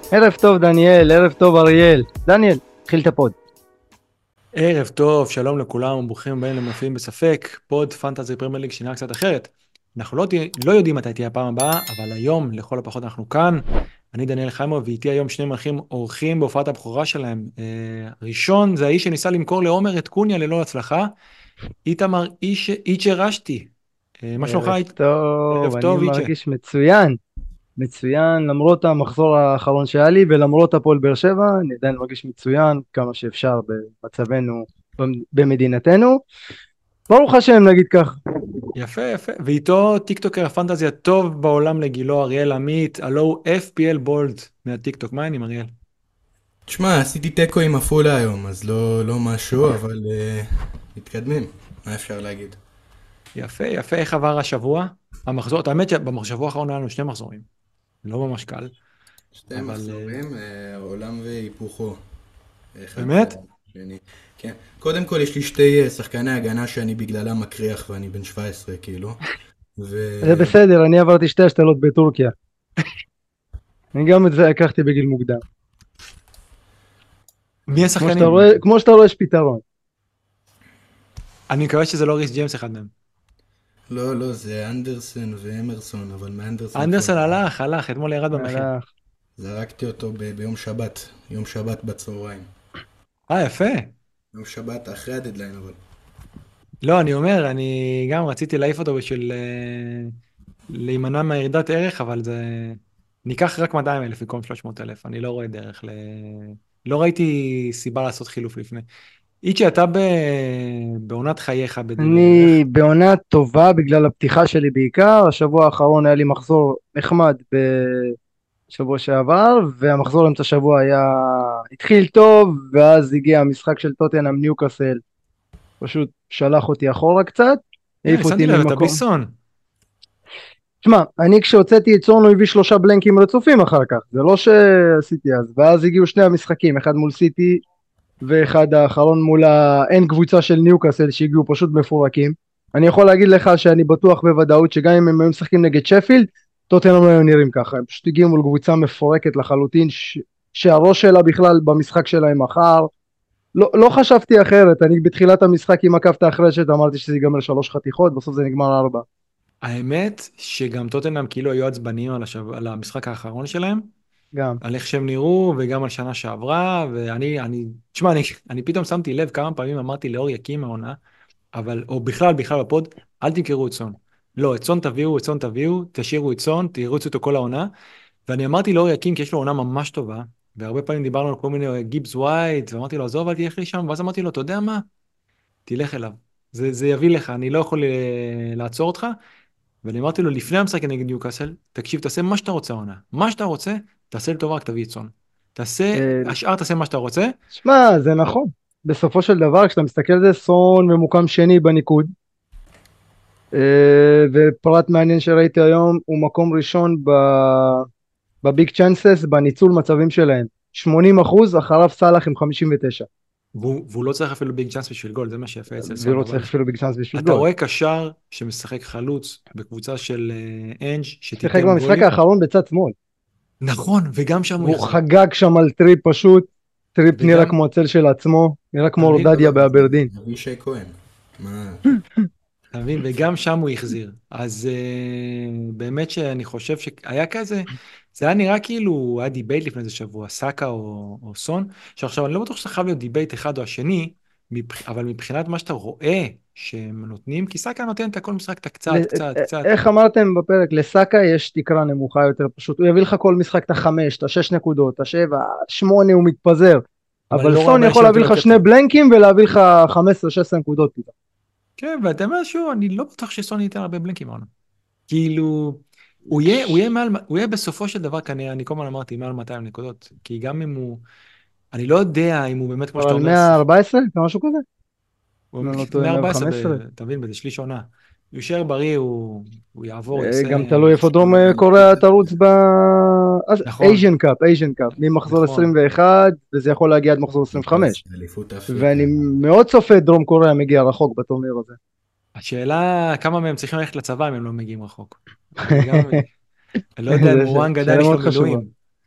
ערב טוב דניאל, ערב טוב אריאל. דניאל, התחיל את הפוד. ערב טוב, שלום לכולם וברוכים הבאים למופיעים בספק, פוד פנטזי פרמייר ליג שנראה קצת אחרת. אנחנו לא יודעים מתי תהיה הפעם הבאה, אבל היום לכל הפחות אנחנו כאן. אני דניאל חיימו ואיתי היום שני אורחים בהופעת הבכורה שלהם. ראשון זה האיש שניסה למכור לעומר את קוניה ללא הצלחה, איתמר איצ'ה רשתי. מה שלומך? ערב ערב טוב, אני טוב איצ'ה. מרגיש מצוין. מצוין, למרות המחזור האחרון שהיה לי ולמרות הפועל באר שבע, אני עדיין מרגיש מצוין כמה שאפשר במצבנו במדינתנו. ברוך השם נגיד כך. יפה יפה, ואיתו טיקטוקר הפנטזי הטוב בעולם לגילו אריאל עמית, הלו הוא FPL בולד מהטיקטוק. מה העניינים אריאל? תשמע, עשיתי תיקו עם עפולה היום, אז לא משהו, אבל מתקדמים, מה אפשר להגיד? יפה, יפה, איך עבר השבוע? המחזור, האמת שבשבוע האחרון היה לנו שני מחזורים, לא ממש קל, שתי אבל מחזורים, עולם והיפוכו, אחד באמת? שני. כן, קודם כל יש לי שתי שחקני הגנה שאני בגללם מקריח ואני בן 17 כאילו, זה בסדר, אני עברתי שתי השתלות בטורקיה. אני גם את זה לקחתי בגיל מוקדם. מי השחקנים? כמו שאתה רואה יש פתרון. אני מקווה שזה לא ריס ג'יימס אחד מהם. לא, זה אנדרסן ואמרסון, אבל מאנדרסון כבר אנדרסון הלך, אתמול ירד במחיר. הלך. זרקתי אותו ביום שבת, יום שבת בצהריים. יפה. יום שבת אחרי הדדליין אבל. לא, אני אומר, אני גם רציתי להעיף אותו בשביל להימנע מהירידת ערך, אבל זה... ניקח רק 200,000 במקום 300,000, אני לא רואה דרך לא ראיתי סיבה לעשות חילוף לפני. איצ'י, אתה בעונת חייך אני בערך. בעונה טובה בגלל הפתיחה שלי בעיקר. השבוע האחרון היה לי מחזור נחמד בשבוע שעבר, והמחזור אמצע השבוע התחיל טוב, ואז הגיע המשחק של טוטנהאם ניוקאסל, פשוט שלח אותי אחורה קצת, העיף אותי שמתי לב, אתה ממקום. ביסון. תשמע, אני כשהוצאתי את סון הוא הביא 3 בלנקים רצופים אחר כך, זה לא שעשיתי אז, ואז הגיעו שני המשחקים, אחד מול סיטי ואחד האחרון מול האין קבוצה של ניוקאסל שהגיעו פשוט מפורקים. אני יכול להגיד לך שאני בטוח בוודאות שגם אם הם היו משחקים נגד שפילד, טוטנהאם לא היו נראים ככה. הם פשוט הגיעו מול קבוצה מפורקת לחלוטין, שהראש שלה בכלל במשחק שלהם מחר. לא חשבתי אחרת. אני בתחילת המשחק עם הקו החרשת אמרתי שזה ייגמר 3 חתיכות, בסוף זה נגמר 4. האמת שגם טוטנהאם כאילו היו עצבניים על המשחק האחרון שלהם, גם על איך שהם נראו וגם על שנה שעברה, תשמע, אני פתאום שמתי לב כמה פעמים אמרתי לאור יקים העונה, אבל, או בכלל בפוד, אל תמכרו את סון. לא, את סון תביאו, תשאירו את סון, תירוצו אותו כל העונה. ואני אמרתי לאור יקים כי יש לו עונה ממש טובה, והרבה פעמים דיברנו על כל מיני גיבס ווייט, ואמרתי לו, עזוב, אל תלך לי שם, ואז אמרתי לו, אתה יודע מה? תלך אליו. זה יביא לך, אני לא יכול לעצור אותך. ואני אמרתי לו, לפני המשחק נגד ניוקאסל, תקשיב, תעשה מה שאתה רוצה העונה. מה שאתה רוצה, תעשה לטובה, רק תביא את סון. השאר תעשה מה שאתה רוצה. שמע, זה נכון. בסופו של דבר כשאתה מסתכל על זה, סון ממוקם שני בניקוד, ופרט מעניין שראיתי היום, הוא מקום ראשון בביג צ'אנסס בניצול מצבים שלהם, 80%, אחריו סאלח עם 59, והוא לא צריך אפילו ביג צ'אנס בשביל גול, זה מה שיפה אצל סון. ולא אבל צריך אפילו ביג צ'אנס בשביל אתה גול. רואה קשר שמשחק חלוץ בקבוצה של אנג' שיחק שתיתן במשחק גולים. האחרון בצד שמאל, נכון, וגם שם הוא והוא יחזיר. חגג שם על טריפ פשוט. טריפ נראה וגם, כמו הצל של עצמו, נראה כמו אתה מבין? אורדדיה באברדין. אבישי כהן. מה? אתה מבין? וגם שם הוא החזיר. אז באמת שאני חושב שהיה כזה, זה היה נראה כאילו, היה דיבייט לפני איזה שבוע, סאקה או סון, שעכשיו אני לא בטוח שזה חייב להיות דיבייט אחד או השני, אבל מבחינת מה שאתה רואה שהם נותנים, כי סאקה נותן את הכל משחק, את הקצת, קצת, קצת. איך אמרתם בפרק, לסאקה יש תקרה נמוכה יותר, פשוט הוא יביא לך כל משחק את ה5, את ה6 נקודות, את ה7, 8 הוא מתפזר. אבל אני אבל לא רואה סון הרבה יכול אנשים להביא נותנים לו לך שני קפטן. בלנקים ולהביא לך 15-16 נקודות פתאום. כן, ואתה אומר שוב, אני לא בטוח שסון ייתן הרבה בלנקים העונה. כאילו, הוא יהיה בסופו של דבר כנראה, אני כל הזמן אמרתי, מעל 200 נקודות. כי גם אם הוא, אני לא יודע אם הוא באמת, כמו כבר שאתה על אומר, 114? משהו כזה? הוא לא, לא טועה, 114, 115. אתה מבין, באיזה שליש עונה. הוא יישאר בריא, הוא יעבור, יעשה... גם תלוי איפה דרום קוריאה תרוץ נכון, אייז'ן קאפ, אייז'ן קאפ, ממחזור נכון. 21, וזה יכול להגיע עד מחזור 25. אליפות אפריקה. ואני מאוד צופה את דרום קוריאה מגיע רחוק בטורניר הזה. השאלה, כמה מהם צריכים ללכת לצבא אם הם לא מגיעים רחוק. זה גם, אני לא יודע אם וואנג עדיין שאלה יש לו מאוד חשובה. מילואים.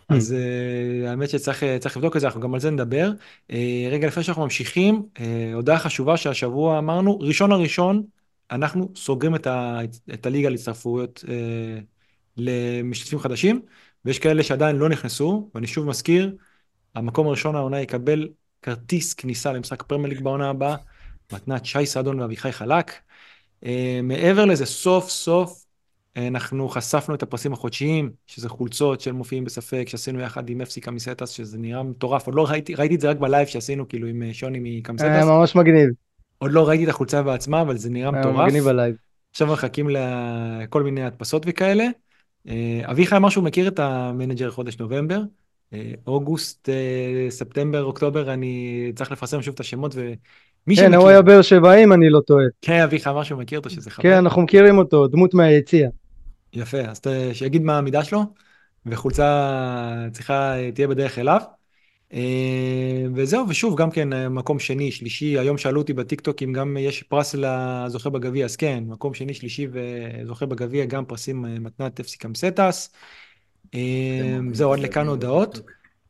אז האמת שצריך לבדוק את זה, אנחנו גם על זה נדבר. רגע לפני שאנחנו ממשיכים, הודעה חשובה שהשבוע אמרנו, ראשון לראשון, אנחנו סוגרים את הליגה להצטרפויות למשתתפים חדשים, ויש כאלה שעדיין לא נכנסו, ואני שוב מזכיר, המקום הראשון העונה יקבל כרטיס כניסה למשחק פרמייר ליג בעונה הבאה, מתנת שי סעדון ואביחי חלק. מעבר לזה, סוף סוף אנחנו חשפנו את הפרסים החודשיים, שזה חולצות של מופיעים בספק, שעשינו יחד עם אפסי קמיסטס, שזה נראה מטורף, עוד לא ראיתי את זה רק בלייב שעשינו, כאילו עם שוני מקמיסטס, ממש מגניב. עוד לא ראיתי את החולצה בעצמה, אבל זה נראה מטורף. מגניב עליי. עכשיו מחכים לכל מיני הדפסות וכאלה. אביחי אמר שהוא מכיר את המנג'ר חודש נובמבר, אוגוסט, ספטמבר, אוקטובר, אני צריך לפרסם שוב את השמות, ומי כן, שמכיר... הוא היה באר שבעי אם אני לא טועה. כן, אביחי אמר שהוא מכיר אותו, שזה חבל. כן, אנחנו מכירים אותו, דמות מהיציע. יפה, אז שיגיד מה המידה שלו, וחולצה תהיה בדרך אליו. וזהו, ושוב, גם כן, מקום שני, שלישי, היום שאלו אותי בטיקטוק אם גם יש פרס לזוכה בגביע, אז כן, מקום שני, שלישי וזוכה בגביע, גם פרסים מתנת אפסי קמסטס. זהו, עד לכאן הודעות.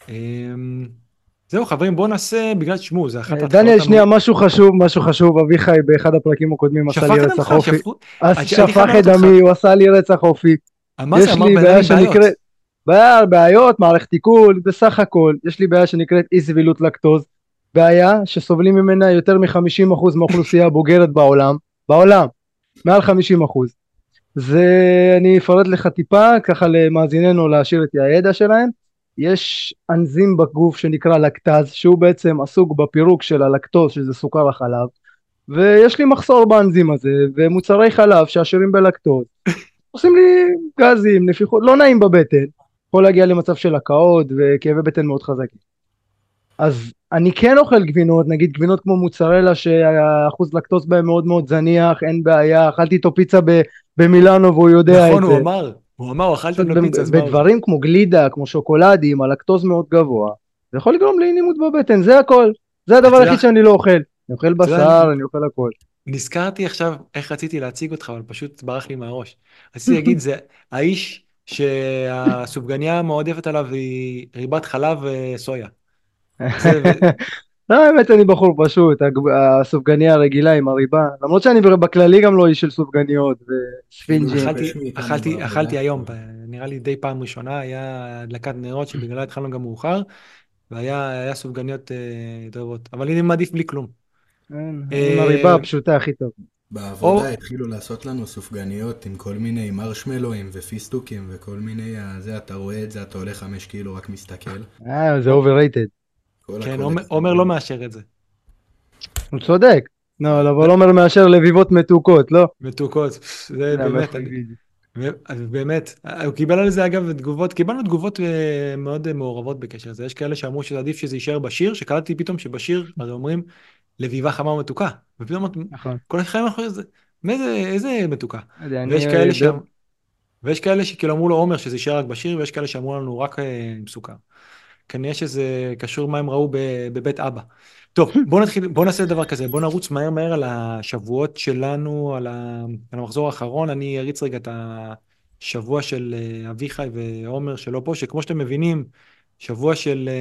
זהו, חברים, בואו נעשה, בגלל ששמו, זה אחת ההתחלות... דניאל, שנייה, משהו חשוב, אביחי באחד הפרקים הקודמים עשה לי רצח אופי. שפך את דמי, הוא עשה לי רצח אופי. מה זה, אמר בעיה שנקראת? בעיות, מערכת עיכול, בסך הכל, יש לי בעיה שנקראת אי סבילות לקטוז, בעיה שסובלים ממנה יותר מ-50% מהאוכלוסייה הבוגרת בעולם, מעל 50%. זה, אני אפרט לך טיפה, ככה למאזיננו להשאיר את הידע שלהם. יש אנזים בגוף שנקרא לקטז, שהוא בעצם עסוק בפירוק של הלקטוז, שזה סוכר החלב, ויש לי מחסור באנזים הזה, ומוצרי חלב שעשירים בלקטוז, עושים לי גזים, נפיחות, לא נעים בבטן, יכול להגיע למצב של הקאות וכאבי בטן מאוד חזקים. אז אני כן אוכל גבינות, נגיד גבינות כמו מוצרלה שהאחוז לקטוז בהם מאוד מאוד זניח, אין בעיה, אכלתי איתו פיצה במילאנו והוא יודע את זה. נכון, הוא אמר, אכלתם לו פיצה. בדברים כמו גלידה, כמו שוקולדים, הלקטוז מאוד גבוה, זה יכול לגרום לאי-נעימות בבטן, זה הכל. זה הדבר היחיד שאני לא אוכל. אני אוכל בשר, אני אוכל הכל. נזכרתי עכשיו איך רציתי להציג אותך, אבל פשוט ברח לי מהראש. רציתי להגיד, זה האיש שהסופגניה המועדפת עליו היא ריבת חלב וסויה. לא, האמת אני בחור פשוט, הסופגניה הרגילה עם הריבה, למרות שאני בכללי גם לא איש של סופגניות וספינג'ים. אכלתי היום, נראה לי די פעם ראשונה, היה הדלקת נרות שבגללה התחלנו גם מאוחר, והיה סופגניות טובות, אבל אני מעדיף בלי כלום. עם הריבה הפשוטה הכי טוב. בעבודה התחילו לעשות לנו סופגניות עם כל מיני מרשמלואים ופיסטוקים וכל מיני, זה אתה רואה את זה, אתה עולה 5 קילו רק מסתכל. זה overrated. כן, עומר לא מאשר את זה. הוא צודק. לא, אבל עומר מאשר לביבות מתוקות, לא? מתוקות, זה באמת, הוא קיבל על זה אגב תגובות, קיבלנו תגובות מאוד מעורבות בקשר לזה, יש כאלה שאמרו שעדיף שזה יישאר בשיר, שקלטתי פתאום שבשיר, הרי אומרים, לביבה חמה ומתוקה, ופתאום כל החיים אנחנו איזה מתוקה, ויש כאלה שכאילו אמרו לו עומר שזה יישאר רק בשיר, ויש כאלה שאמרו לנו רק עם סוכר. כנראה שזה קשור מה הם ראו בבית אבא. טוב, בואו נעשה דבר כזה, בואו נרוץ מהר על השבועות שלנו, על המחזור האחרון, אני אריץ רגע את השבוע של אביחי ועומר שלא פה, שכמו שאתם מבינים, שבוע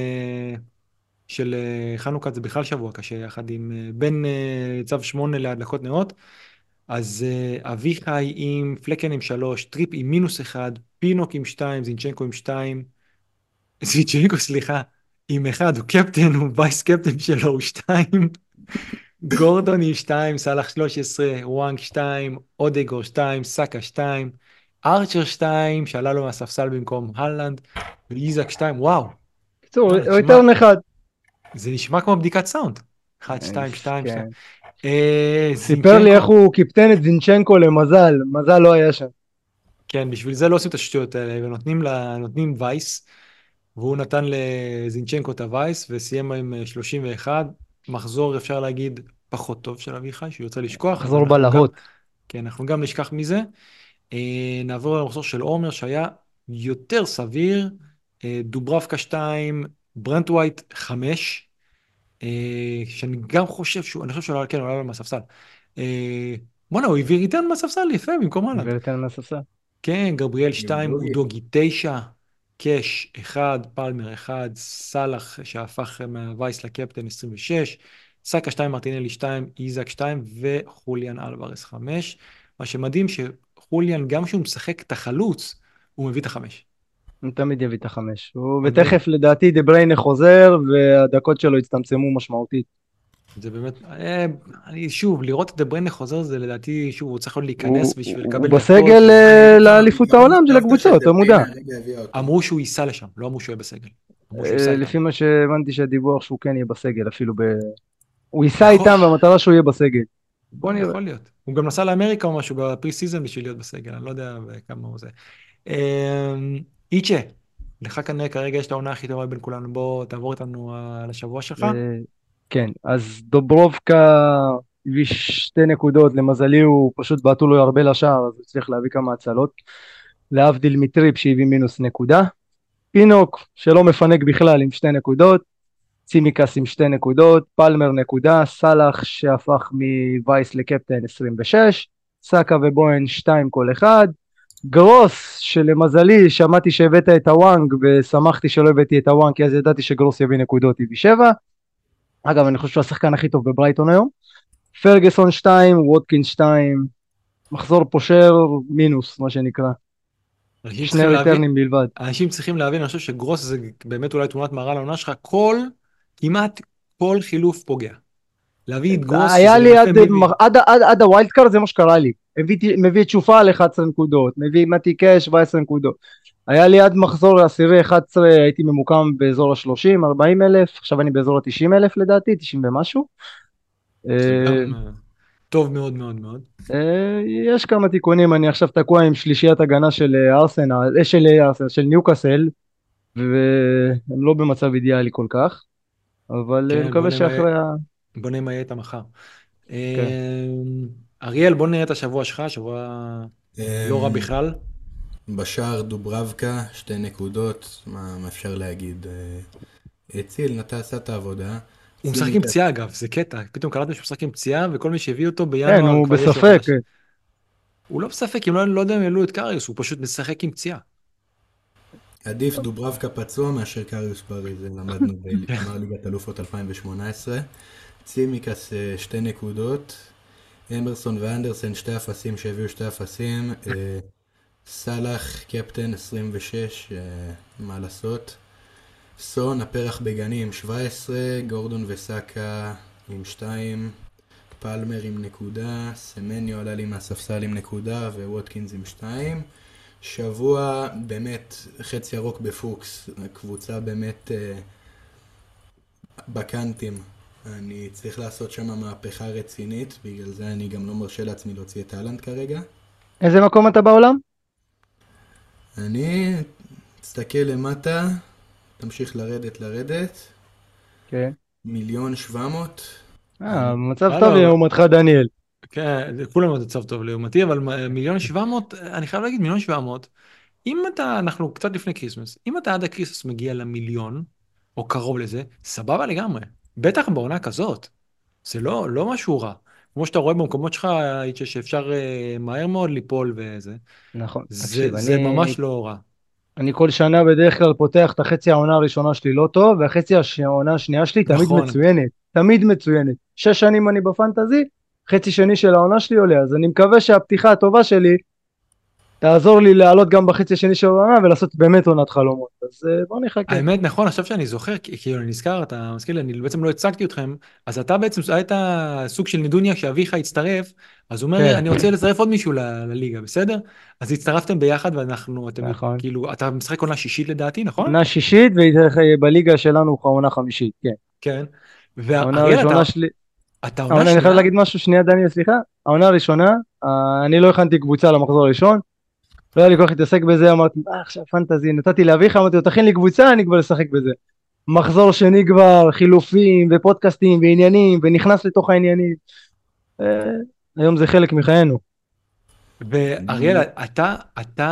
של חנוכה זה בכלל שבוע קשה, יחד עם בין צו 8 להדלקות נרות, אז אביחי עם פלקן עם 3, טריפ עם -1, פינוק עם 2, זינצ'נקו עם 2, סליחה, עם 1 הוא קפטן, הוא וייס קפטן שלו, הוא 2, גורדון עם 2, סלח 13, וואנג 2, אודגור 2, סאקה 2, ארצ'ר 2, שעלה לו מהספסל במקום הלנד, ואיזק 2, וואו. קיצור, הוא יותר מאחד. זה נשמע כמו בדיקת סאונד. 1, 2, 2, 2. סיפר לי איך הוא קיפטן את זינצ'נקו למזל, מזל לא היה שם. כן, בשביל זה לא עושים את השטויות האלה, ונותנים וייס, והוא נתן לזינצ'נקו את הווייס, וסיים עם 31, מחזור אפשר להגיד פחות טוב של אביחי, שהוא יוצא לשכוח. מחזור בלהות. כן, אנחנו גם נשכח מזה. נעבור למחזור של עומר, שהיה יותר סביר, דוברבקה 2, ברנט ווייט 5, שאני גם חושב אני חושב שהוא עלה מהספסל. בוא'נה, הוא הביא ריטרן מהספסל, יפה, במקום הלנד. הביא ריטרן מהספסל. כן, גבריאל 2, אודוגי 9, קאש 1, פלמר 1, סאלח שהפך מהווייס לקפטן 26, סאקה 2, מרטינלי 2, איזק 2 וחוליאן אלוורס 5. מה שמדהים שחוליאן גם כשהוא משחק את החלוץ, הוא מביא את החמש. הוא תמיד יביא את החמש. מדהים. ותכף לדעתי דה בריינה חוזר, והדקות שלו יצטמצמו משמעותית. זה באמת, אני שוב, לראות את דה בריינה חוזר זה לדעתי, שוב, הוא צריך עוד להיכנס בשביל הוא לקבל דקות. בסגל לאליפות העולם של הקבוצות, אתה מודע. אמרו שהוא ייסע לשם, לא אמרו שהוא יהיה בסגל. אמרו שהוא ייסע איתם. לפי מה שהבנתי שהדיווח שהוא כן יהיה בסגל, אפילו הוא ייסע איתם והמטרה שהוא יהיה בסגל. בוא נראה. יכול להיות. הוא גם נסע לאמריקה או משהו בפרי סיזן בשביל להיות בסגל, אני לא יודע כמה הוא זה. איצ'ה, לך כנראה כרגע יש את העונה הכי טובה בין כולנו, בוא תעבור איתנו על השבוע שלך. כן, אז דוברובקה הביא 2 נקודות, למזלי הוא פשוט בעטו לו הרבה לשער, אז הוא צריך להביא כמה הצלות. להבדיל מטריפ שהביא מינוס נקודה. פינוק שלא מפנק בכלל עם 2 נקודות. צימקס עם 2 נקודות, פלמר נקודה, סלאח שהפך מווייס לקפטן 26, סאקה ובוהן 2 כל אחד, גרוס שלמזלי שמעתי שהבאת את הוואנג ושמחתי שלא הבאתי את הוואנג כי אז ידעתי שגרוס יביא נקודות, הביא 7. אגב אני חושב שהוא השחקן הכי טוב בברייטון היום. פרגסון 2, ווטקין 2, מחזור פושר מינוס מה שנקרא, 2 ריטרנים בלבד. אנשים צריכים להבין, אני חושב שגרוס זה באמת אולי תמונת מראה לעונה שלך, כמעט כל חילוף פוגע. להביא את גרוס, היה לי עד הווילד קארד זה מה שקרה לי, מביא את שופה על 11 נקודות, מביא מתי קאש 17 נקודות, היה לי עד מחזור 10-11 הייתי ממוקם באזור ה-30-40 אלף, עכשיו אני באזור ה-90 אלף לדעתי, 90 ומשהו. זה גם טוב מאוד מאוד מאוד. יש כמה תיקונים, אני עכשיו תקוע עם שלישיית הגנה של ארסנל, של ניוקאסל, והם לא במצב אידיאלי כל כך, אבל אני מקווה שאחרי בוא נראה מה יהיה את המחר. אריאל, בוא נראה את השבוע שלך, שבוע לא רע בכלל. בשער דוברבקה, 2 נקודות, מה אפשר להגיד? הציל, עשה את העבודה. הוא משחק עם פציעה אגב, זה קטע, פתאום קלטנו שהוא משחק עם פציעה, וכל מי שהביא אותו בינואר... כן, הוא בספק. הוא לא בספק, אם לא יודע אם העלו את קריוס, הוא פשוט משחק עם פציעה. עדיף דוברבקה פצוע מאשר קריוס פרי, זה למדנו בגמר ליגת אלופות 2018. צימקס 2 נקודות, אמרסון ואנדרסן 2 אפסים שהביאו 2 אפסים, סלאח קפטן 26, מה לעשות. סון הפרח בגנים 17, גורדון וסאקה עם 2, פלמר עם נקודה, סמניו עלה לי מהספסל עם נקודה וווטקינס עם 2. שבוע באמת חצי ירוק בפוקס, קבוצה באמת בקנטים. אני צריך לעשות שם מהפכה רצינית, בגלל זה אני גם לא מרשה לעצמי להוציא את הלנד כרגע. איזה מקום אתה בעולם? אני תסתכל למטה, תמשיך לרדת. כן. 1,700,000. מצב טוב לעומתך דניאל. כן, כולם מצב טוב לעומתי, אבל 1,700,000, אני חייב להגיד 1,700,000, אם אנחנו קצת לפני קריסמס, אם אתה עד הקריסמס מגיע ל1,000,000, או קרוב לזה, סבבה לגמרי. בטח בעונה כזאת. זה לא משהו רע. כמו שאתה רואה במקומות שלך, שאפשר מהר מאוד ליפול וזה. נכון. זה ממש לא רע. אני כל שנה בדרך כלל פותח את החצי העונה הראשונה שלי לא טוב, והחצי העונה השנייה שלי תמיד מצוינת. תמיד מצוינת. 6 שנים אני בפנטזי, חצי שני של העונה שלי עולה, אז אני מקווה שהפתיחה הטובה שלי תעזור לי לעלות גם בחצי השני של העונה ולעשות באמת עונת חלומות. אז בוא נחכה. האמת נכון, עכשיו שאני זוכר, כאילו אני נזכר, אתה מזכיר לי, אני בעצם לא הצגתי אתכם, אז אתה בעצם היית סוג של נדוניה שאביך הצטרף, אז הוא אומר, אני רוצה לצרף עוד מישהו לליגה, בסדר? אז הצטרפתם ביחד ואנחנו, אתם כאילו, אתה משחק עונה שישית לדעתי, נכון? עונה שישית, ובליגה שלנו הוא עונה חמישית, כן. כן. העונה הראשונה שלי... אתה עונה שנייה? אני חייב להגיד משהו, שנייה דניאל, סליחה. העונה הראשונה, אני לא הכנתי קבוצה למחזור הראשון, לא היה לי כל כך להתעסק בזה, אמרתי, עכשיו פנטזי, נתתי לאביך, אמרתי לו, תכין לי קבוצה, אני כבר לשחק בזה. מחזור שני כבר, חילופים ופודקאסטים ועניינים, ונכנס לתוך העניינים. היום זה חלק מחיינו. ואריאל, אתה...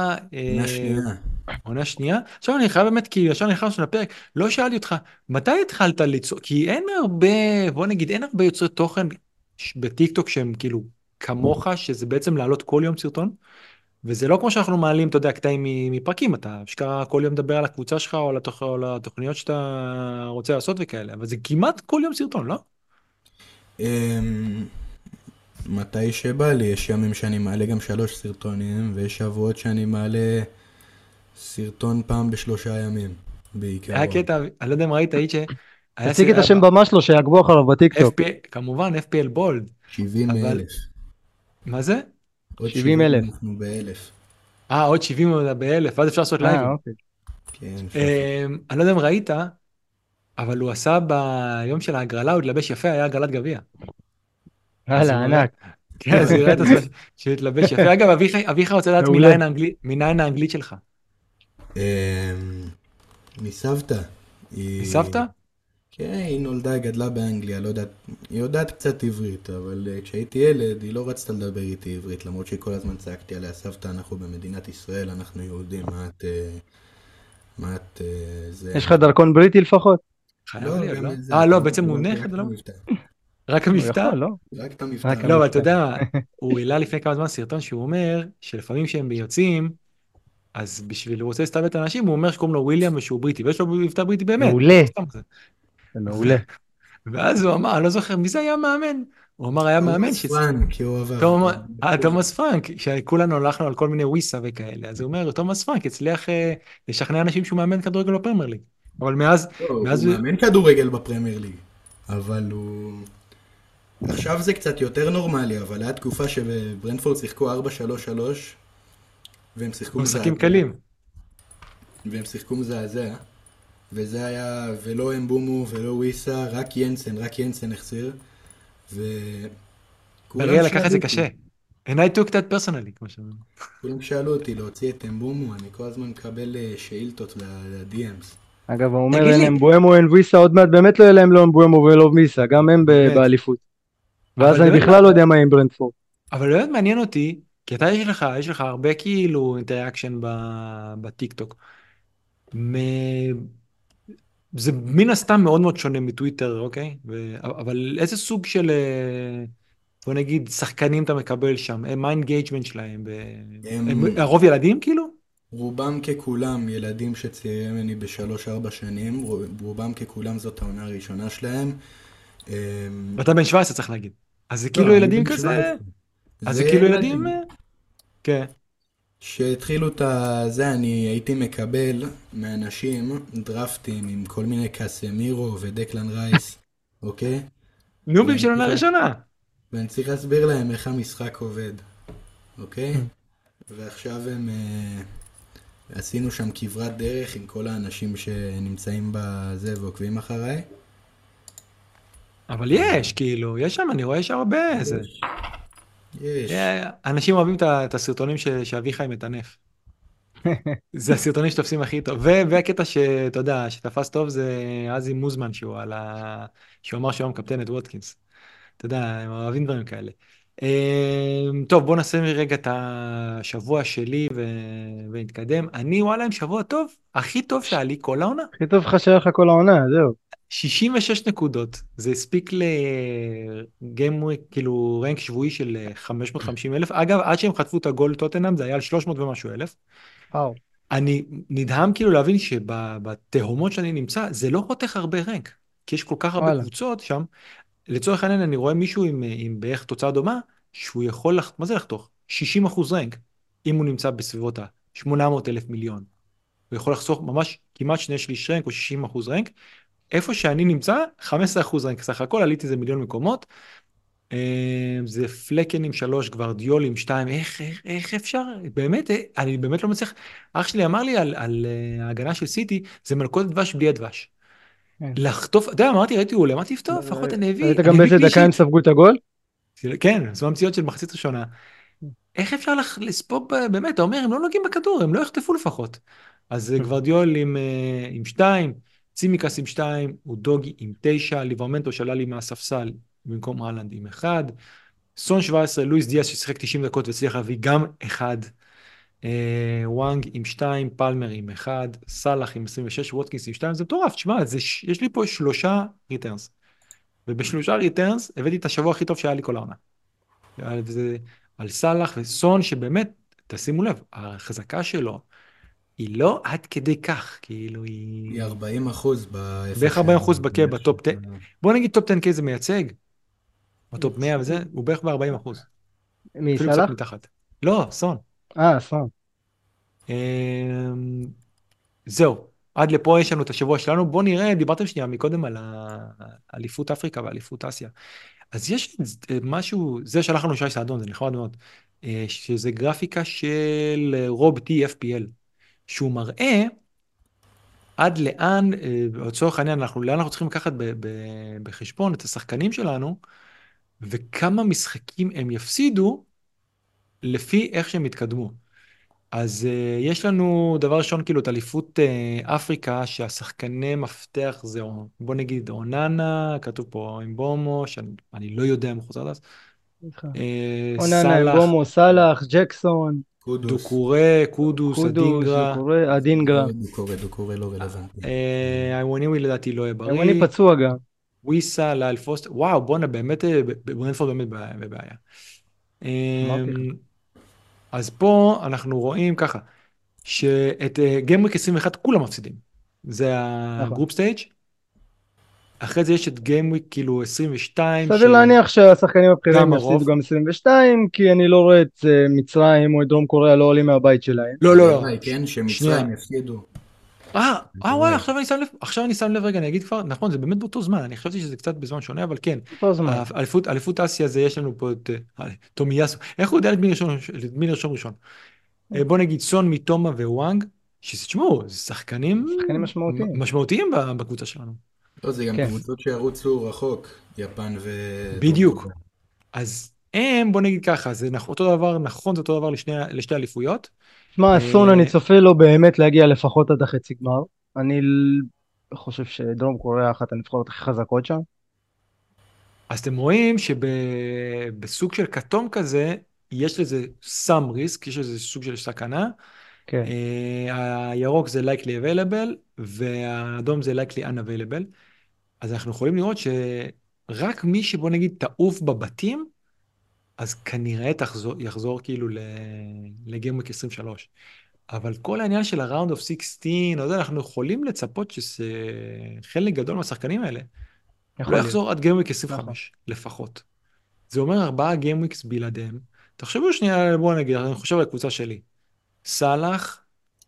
עונה שנייה? עכשיו אני חייב באמת, כי ישר נכנסנו לפרק, לא שאלתי אותך, מתי התחלת ליצור? כי אין הרבה, בוא נגיד, אין הרבה יוצרי תוכן בטיק טוק שהם כאילו כמוך, שזה בעצם לעלות כל יום סרטון? וזה לא כמו שאנחנו מעלים, אתה יודע, קטעים מפרקים, אתה אשכרה כל יום מדבר על הקבוצה שלך או על התוכניות שאתה רוצה לעשות וכאלה, אבל זה כמעט כל יום סרטון, לא? אמ, מתי שבא לי, יש ימים שאני מעלה גם 3 סרטונים, ויש שבועות שאני מעלה סרטון פעם ב3 ימים, היה בעיקרון. קטע, אני לא יודע אם ראית, היית שהיה תציג את השם במה שלו שיעקבו אחריו בטיקטוק. כמובן FPL בולד, 70 אבל אלף. מה זה? עוד 70,000. 70 אנחנו ב1,000. עוד 70 באלף, ואז אפשר לעשות לייבים. אוקיי. כן, אפשר. אני לא יודע אם ראית, אבל הוא עשה ביום של ההגרלה, הוא התלבש יפה, היה הגרלת גביע. אז הלאה, הוא מראה, ענק. כן, אז הוא הראה את עצמו שהתלבש יפה. אגב, אביחי רוצה לדעת מעולה. מניין האנגלית שלך. אמ, מסבתא. מסבתא? כן, היא נולדה, גדלה באנגליה, לא יודעת, היא יודעת קצת עברית, אבל כשהייתי ילד היא לא רצתה לדבר איתי עברית, למרות שכל הזמן צעקתי עליה, סבתא, אנחנו במדינת ישראל, אנחנו יהודים, זה... יש לך דרכון בריטי לפחות? חייב להיות, גם לא? את זה, לא, אנחנו בעצם הוא רק נכד, את לא? המבטא. רק הוא המבטא? יכול, לא? רק את המבטא. רק לא, אבל אתה המבטא. יודע, הוא העלה לפני כמה זמן סרטון שהוא אומר שלפעמים כשהם יוצאים, אז בשביל הוא רוצה להסתלבט את האנשים, הוא אומר שקוראים לו וויליאם ושהוא בריטי, ויש לו מבטא בריטי באמת. מעולה. לא סתם זה. זה מעולה. ואז הוא אמר, אני לא זוכר, מי זה היה מאמן? הוא אמר, היה מאמן תומאס פרנק, כי הוא עבר. תומאס פרנק, שכולנו הלכנו על כל מיני וויסה וכאלה, אז הוא אומר, תומאס פרנק הצליח לשכנע אנשים שהוא מאמן כדורגל בפרמייר ליג. אבל לא, מאז הוא מאמן כדורגל בפרמייר ליג, אבל הוא... עכשיו זה קצת יותר נורמלי, אבל היה תקופה שברנדפורד שיחקו 4-3-3, והם שיחקו משחקים קלים. והם שיחקו מזעזע, וזה היה, ולא אמבומו ולא וויסה, רק ינסן החסיר, וכולם בריאל לקח את זה אותי. קשה. And I took that personally, כמו שאומרים. כולם שאלו אותי להוציא את אמבומו, אני כל הזמן מקבל שאילתות ל-DMs. אגב, הוא אומר, תגיד אין לי. אמבואמו, אין ויסה, עוד מעט באמת לא יהיה להם לא אמבואמו ולא ויסה, גם הם באמת. באליפות. ואז אבל אני באמת בכלל לא יודע מה עם ברנדפורד. אבל באמת מעניין אותי, כי אתה יש לך הרבה כאילו אינטראקשן בטיק טוק. זה מן הסתם מאוד מאוד שונה מטוויטר, אוקיי? אבל איזה סוג של, בוא נגיד, שחקנים אתה מקבל שם? מה האינגייג'מנט שלהם? הם הרוב ילדים כאילו? רובם ככולם ילדים שצעירים ממני ב3-4 שנים, רובם ככולם זאת העונה הראשונה שלהם. ואתה בן 17 צריך להגיד. אז זה לא, כאילו אני ילדים בן כזה? 17. אז זה כאילו ילדים? כן. שהתחילו את זה, אני הייתי מקבל מאנשים דרפטים עם כל מיני קסמירו ודקלן רייס, אוקיי? נובים ואני של עונה צריך- ראשונה. ואני צריך להסביר להם איך המשחק עובד, אוקיי? ועכשיו עשינו שם כברת דרך עם כל האנשים שנמצאים בזה ועוקבים אחריי. אבל יש, כאילו, יש שם, אני רואה שם הרבה איזה. יש. אנשים אוהבים את הסרטונים שאביחי מטנף. זה הסרטונים שתופסים הכי טוב. והקטע שאתה יודע, שתפס טוב זה עזי מוזמן, שהוא אמר שהוא מקפטן את ווטקינס. אתה יודע, הם אוהבים דברים כאלה. טוב, בוא נעשה רגע את השבוע שלי ונתקדם. אני, וואלה, עם שבוע טוב, הכי טוב שהיה לי כל העונה. הכי טוב לך שהיה לך כל העונה, זהו. 66 נקודות, זה הספיק לגיימוויק, כאילו רנק שבועי של 550 אלף. אגב, עד שהם חטפו את הגול טוטנהאם, זה היה על 300 ומשהו אלף. וואו. אני נדהם כאילו להבין שבתהומות שאני נמצא, זה לא חותך הרבה רנק, כי יש כל כך הרבה וואלה. קבוצות שם. לצורך העניין, אני רואה מישהו עם בערך תוצאה דומה, שהוא יכול, מה זה לחתוך? 60% רנק, אם הוא נמצא בסביבות ה-800 אלף מיליון. הוא יכול לחסוך ממש כמעט 2/3 רנק או 60% רנק. איפה שאני נמצא, 15% רנק סך הכל, עליתי איזה מיליון מקומות. זה פלקן עם 3, גוורדיול עם 2, איך אפשר? באמת, אני באמת לא מצליח. אח שלי אמר לי על ההגנה של סיטי, זה מלכודת דבש בלי הדבש. כן. לחטוף, אתה יודע, אמרתי, ראיתי, למה תפתוף? לפחות אני ראית אביא גם באיזה דקה הם קלישית. ספגו את הגול? כן, זו המציאות של מחצית ראשונה. איך אפשר לספוג, באמת, אתה אומר, הם לא נוגעים בכדור, הם לא יחטפו לפחות. אז גוורדיול עם 2, צימקס עם 2, אודוגי עם 9, ליברמנטו שעלה לי מהספסל במקום הלנד עם 1, סון 17, לואיס דיאס ששיחק 90 דקות והצליח להביא גם 1, וואנג עם 2, פלמר עם 1, סלאח עם 26, ווטקינס עם 2, זה מטורף, תשמע, יש לי פה 3 ריטרנס, ובשלושה ריטרנס הבאתי את השבוע הכי טוב שהיה לי כל העונה. זה על סלאח וסון שבאמת תשימו לב, החזקה שלו היא לא עד כדי כך, כאילו היא היא 40% בערך בהפרש 40% של בטופ 10, בוא נגיד טופ 10K זה מייצג, בטופ 100 וזה, הוא בערך ב-40%, מי, אפילו קצת סלאח? מתחת. לא, סון. סון. אמ, זהו, עד לפה יש לנו את השבוע שלנו, בואו נראה, דיברתם שנייה מקודם על אליפות אפריקה ואליפות אסיה. אז יש משהו, זה שלח לנו שי סעדון, זה נחמד מאוד, שזה גרפיקה של רוב טי FPL, שהוא מראה עד לאן, לצורך העניין, לאן אנחנו צריכים לקחת בחשבון את השחקנים שלנו, וכמה משחקים הם יפסידו לפי איך שהם יתקדמו. אז יש לנו דבר ראשון, כאילו, את אליפות אפריקה, שהשחקני מפתח זה, בוא נגיד, אוננה, כתוב פה עם בומו, שאני לא יודע אם הוא חוזר לזה, אוננה, סאלח, אמבומו, סאלח, ג'קסון, קודוס. דוקורי, קודוס, קודוס, אדינגרה, אדינגרה. דוקורי לא רלוונטי. איווניווי לדעתי לא יהיה אני בריא, פצוע גם. וויסה, לאל פוסט, וואו, בואנה, באמת, ברנפורד באמת בבעיה. אמרתי לך. אז פה אנחנו רואים ככה, שאת גיימוויק 21 כולם מפסידים. זה נכון. הגרופ סטייג'. אחרי זה יש את גיימוויק כאילו 22, סביר להניח שהשחקנים הבכירים שגם יפסידו הרוב. גם 22, כי אני לא רואה את מצרים או את דרום קוריאה לא עולים מהבית שלהם. לא, לא, לא. הלוואי, כן, שנייה. שמצרים יפסידו. וואלה, עכשיו אני שם לב רגע, אני אגיד כבר, נכון, זה באמת באותו זמן, אני חשבתי שזה קצת בזמן שונה, אבל כן. אותו זמן. אליפות אסיה זה, יש לנו פה את תומיאסו. איך הוא יודע את מי לרשום ראשון? בוא נגיד סון, מיטומה ווואנג, שתשמעו, זה שחקנים שחקנים משמעותיים. משמעותיים בקבוצה שלנו. לא, זה גם כן. קבוצות שירוצו רחוק, יפן ודרום בדיוק. קוריאה. אז בוא נגיד ככה, זה אותו דבר, נכון, זה אותו דבר לשתי אליפויות. תשמע, סון אני צופה לו באמת להגיע לפחות עד החצי גמר. אני חושב שדרום קוריאה אחת הנבחרות הכי חזקות שם. אז אתם רואים שבסוג של כתום כזה, יש לזה some risk, יש לזה סוג של סכנה. כן. הירוק זה likely available, והאדום זה likely unavailable. אז אנחנו יכולים לראות שרק מי שבוא נגיד תעוף בבתים, אז כנראה יחזור כאילו לגיימוויק 23. אבל כל העניין של הראונד אוף 16, לא יודע, אנחנו יכולים לצפות שחלק גדול מהשחקנים האלה לא יכול להיות. יחזור עד גיימוויק נכון. 25 לפחות. זה אומר 4 גיימוויקס בלעדיהם. תחשבו שנייה, בואו נגיד, אני חושב על הקבוצה שלי. סאלח,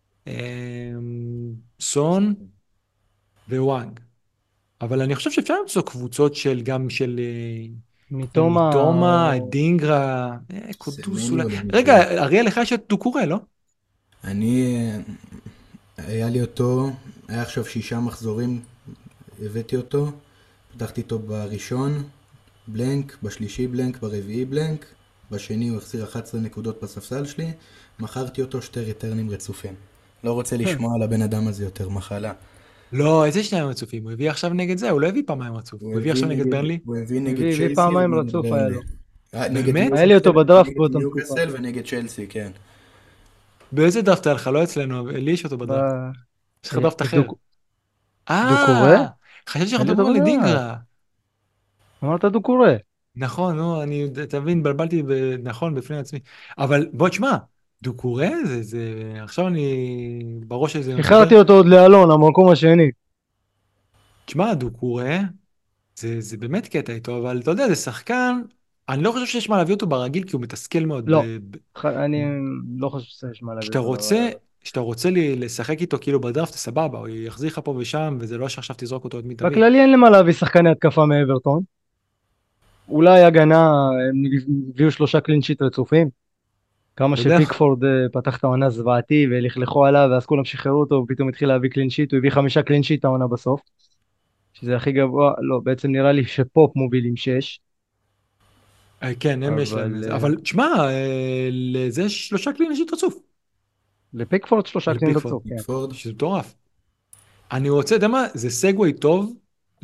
סון וואנג. אבל אני חושב שאפשר למצוא קבוצות גם של מתומה, מיטומה, דינגרה, קודוס אולי. סמניו למשל. רגע, אריאל, לך יש את דוקורי, לא? אני, היה לי אותו, היה עכשיו 6 מחזורים, הבאתי אותו, פתחתי איתו בראשון, בלנק, בשלישי בלנק, ברביעי בלנק, בשני הוא החסיר 11 נקודות בספסל שלי, מכרתי אותו 2 ריטרנים רצופים. לא רוצה לשמוע על הבן אדם הזה יותר, מחלה. לא, איזה שניים רצופים? הוא הביא עכשיו נגד זה, הוא לא הביא פעמיים רצוף. הוא הביא עכשיו נגד ברנלי? הוא הביא נגד הביא צ'לסי פעמיים ונגד רצוף ברנלי. היה לו. נגד באמת? היה לי אותו בדראפט נגד באותה ניוקאסל תקופה. ונגד צ'לסי, כן. באיזה דראפט היה לך? לא אצלנו, אבל לי יש אותו בדראפט. יש לך דראפט אחר. דוקורי? חשבתי שאנחנו אין לי מדברים אותו על בדראפט. דינגרה. אמרת דוקורי. נכון, נו, אתה מבין, בלבלתי, נכון, בפני עצמי. אבל בוא תשמע, דוקורי עכשיו אני בראש הזה מחבר. איחרתי אותו עוד לאלון, המקום השני. תשמע, דוקורי, זה באמת קטע איתו, אבל אתה יודע, זה שחקן, אני לא חושב שיש מה להביא אותו ברגיל, כי הוא מתסכל מאוד. לא. אני לא חושב שיש מה להביא כשאתה אותו. כשאתה רוצה לשחק איתו כאילו בדראפט, זה סבבה, הוא יחזיר לך פה ושם, וזה לא שעכשיו תזרוק אותו את מי תביא. בכללי אין למה להביא שחקני התקפה מאברטון. אולי הגנה, הם הביאו 3 קלינשיט רצופים. כמה אתה יודע. שפיקפורד פתח את העונה זוועתי ולכלכו עליו, ואז כולם שחררו אותו, ופתאום התחיל להביא קלינשיט, הוא הביא 5 קלינשיט העונה בסוף. שזה הכי גבוה, לא, בעצם נראה לי שפופ מוביל עם 6. כן, הם יש להם את זה. אבל תשמע, לזה יש 3 כלי נשית רצוף. לפיקפורד 3 קלין לפיקפורד. רצוף, כן. פיקפורד. שזה מטורף. אני רוצה, אתה יודע מה? זה סגווי טוב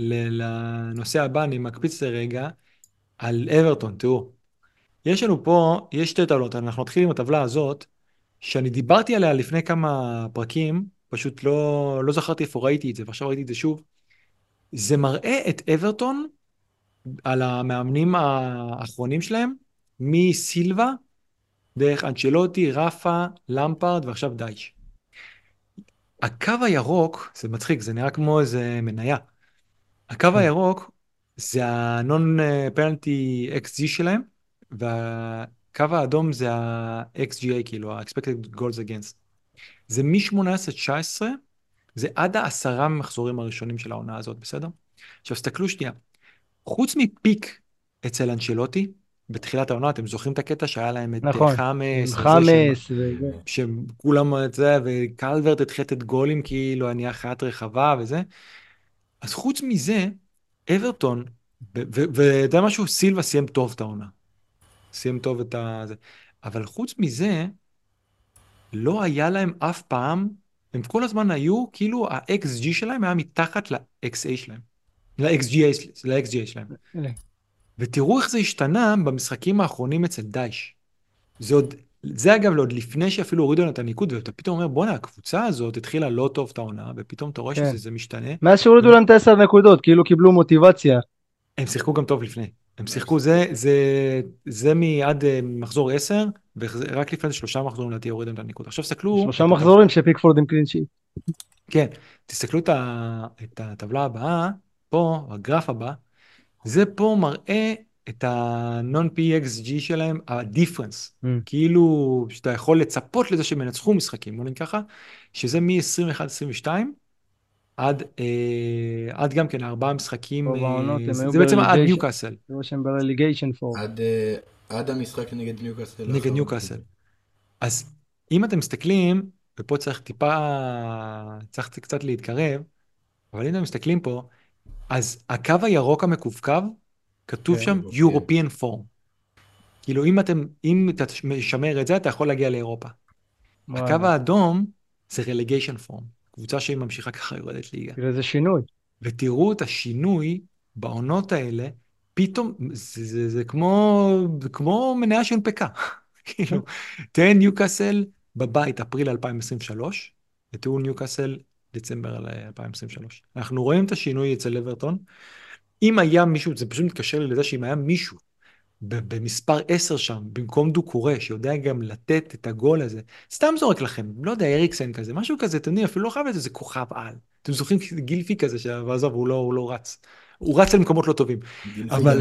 לנושא הבא, אני מקפיץ לרגע על אברטון, תראו. יש לנו פה, יש 2 טבלות, אנחנו נתחיל עם הטבלה הזאת, שאני דיברתי עליה לפני כמה פרקים, פשוט לא זכרתי איפה ראיתי את זה, ועכשיו ראיתי את זה שוב. זה מראה את אברטון על המאמנים האחרונים שלהם, מסילבה דרך אנצ'לוטי, רפה, למפרד ועכשיו דייץ'. הקו הירוק, זה מצחיק, זה נראה כמו איזה מניה. הקו הירוק זה ה-non penalty XG שלהם, והקו האדום זה ה-XGA, כאילו, ה-expected goals against. זה מ-18-19, זה עד ה10 מחזורים הראשונים של העונה הזאת, בסדר? עכשיו, סתכלו שנייה. חוץ מפיק אצל אנצ'לוטי, בתחילת העונה, אתם זוכרים את הקטע שהיה להם את נכון, חמאס, עם וזה חמאס וזה. שכולם את זה, וקלברט התחילת את גולים כאילו, אני אחת רחבה וזה. אז חוץ מזה, אברטון, ואתה משהו, סילבה סיים טוב את העונה. סיים טוב את זה. אבל חוץ מזה, לא היה להם אף פעם, הם כל הזמן היו, כאילו ה-XG שלהם היה מתחת ל-XA שלהם. ל-XGA שלהם. ותראו איך זה השתנה במשחקים האחרונים אצל דייש. זה אגב עוד לפני שאפילו הורידו להם את הניקוד, ואתה פתאום אומר, בוא'נה, הקבוצה הזאת התחילה לא טוב את העונה, ופתאום אתה רואה שזה משתנה. מאז שהורידו להם את 10 נקודות, כאילו קיבלו מוטיבציה. הם שיחקו גם טוב לפני. הם שיחקו, זה מעד מחזור 10, ורק לפני 3 מחזורים לדעתי הורידו להם את הניקוד. עכשיו תסתכלו... 3 מחזורים שפיקפורד עם קלינשי. כן, תסתכלו את הטבלה הבאה, פה, הגרף הבא, זה פה מראה את ה-non-PXG שלהם, ה-difference, כאילו שאתה יכול לצפות לזה שהם ינצחו משחקים, בוא נגיד ככה, שזה מ-21-22 עד גם כן 4 משחקים, זה בעצם עד ניוקאסל. זה שהם ברליגיישן פור. עד המשחק נגד ניוקאסל. נגד ניוקאסל. אז אם אתם מסתכלים, ופה צריך צריך קצת להתקרב, אבל אם אתם מסתכלים פה, אז הקו הירוק המקווקו, כתוב שם European Form. כאילו אם אתה משמר את זה, אתה יכול להגיע לאירופה. הקו האדום זה Relegation Form. קבוצה שהיא ממשיכה ככה יורדת ליגה. תראה איזה שינוי. ותראו את השינוי בעונות האלה, פתאום זה כמו מניה שהונפקה. כאילו, תראה ניוקאסל בבית אפריל 2023, ותראו ניוקאסל דצמבר 2023. אנחנו רואים את השינוי אצל אברטון. אם היה מישהו, זה פשוט מתקשר לי לזה שאם היה מישהו במספר 10 שם, במקום דוקורה, שיודע גם לתת את הגול הזה, סתם זורק לכם, לא יודע, אריקסן כזה, משהו כזה, אתם יודעים, אפילו לא חייב איזה כוכב על. אתם זוכרים גילפי כזה, שעזוב, הוא לא רץ. הוא רץ למקומות לא טובים. אבל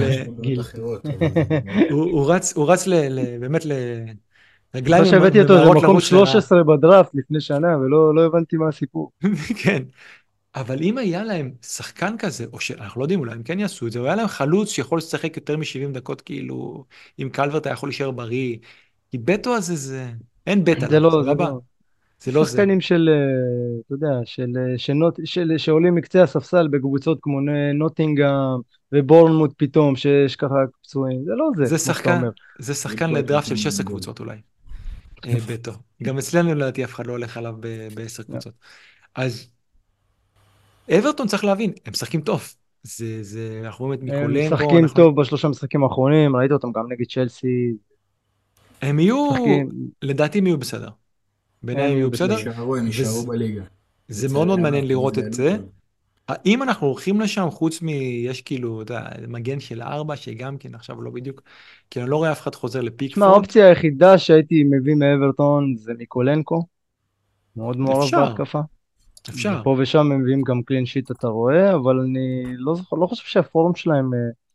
הוא רץ באמת רגליים. אחרי שהבאתי אותו, זה מקום 13 בדראפט לפני שנה, ולא הבנתי מה הסיפור. כן. אבל אם היה להם שחקן כזה, או שאנחנו לא יודעים, אולי הם כן יעשו את זה, או היה להם חלוץ שיכול לשחק יותר מ-70 דקות, כאילו, אם קלברט היה יכול להישאר בריא, כי בטו הזה זה, אין בטא, זה לא, זה לא זה. שחקנים של, אתה יודע, שעולים מקצה הספסל בקבוצות כמו נוטינגהאם ובורנמוט פתאום, שיש ככה פצועים, זה לא זה. זה שחקן לדראפט של 16 קבוצות אולי, בטו. גם אצלנו לדעתי אף אחד לא הולך עליו ב10 קבוצות. אז אברטון צריך להבין, הם משחקים טוב. אנחנו רואים את מיקולנקו. הם משחקים טוב בשלושה משחקים האחרונים, ראית אותם גם נגד צ'לסי. הם יהיו, לדעתי הם יהיו בסדר. בעיניי הם יהיו בסדר. הם יישארו בליגה. זה מאוד מאוד מעניין לראות את זה. האם אנחנו הולכים לשם, חוץ יש כאילו, מגן של 4, שגם כן עכשיו לא בדיוק, כי אני לא רואה אף אחד חוזר לפיקפורד. האופציה היחידה שהייתי מביא מאברטון זה מיקולנקו. מאוד מעורב בהתקפה. אפשר. פה ושם הם מביאים גם קלין שיט, אתה רואה, אבל אני לא חושב שהפורום שלהם,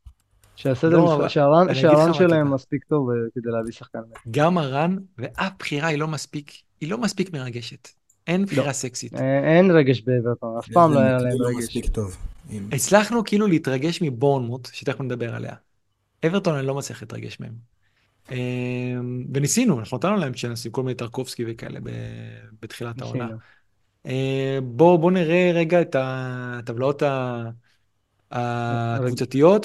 שהרן שלהם מספיק טוב כדי להביא שחקן. גם הרן, ואף בחירה היא לא מספיק מרגשת. אין בחירה סקסית. אין רגש באברטון, אף פעם לא היה להם רגש. הצלחנו כאילו להתרגש מבורנמוט, שתכף נדבר עליה. אברטון אני לא מצליח להתרגש מהם. וניסינו, אנחנו נתנו להם צ'אנס עם כל מיני טרקובסקי וכאלה בתחילת העונה. בואו נראה רגע את הטבלאות הקבוצתיות,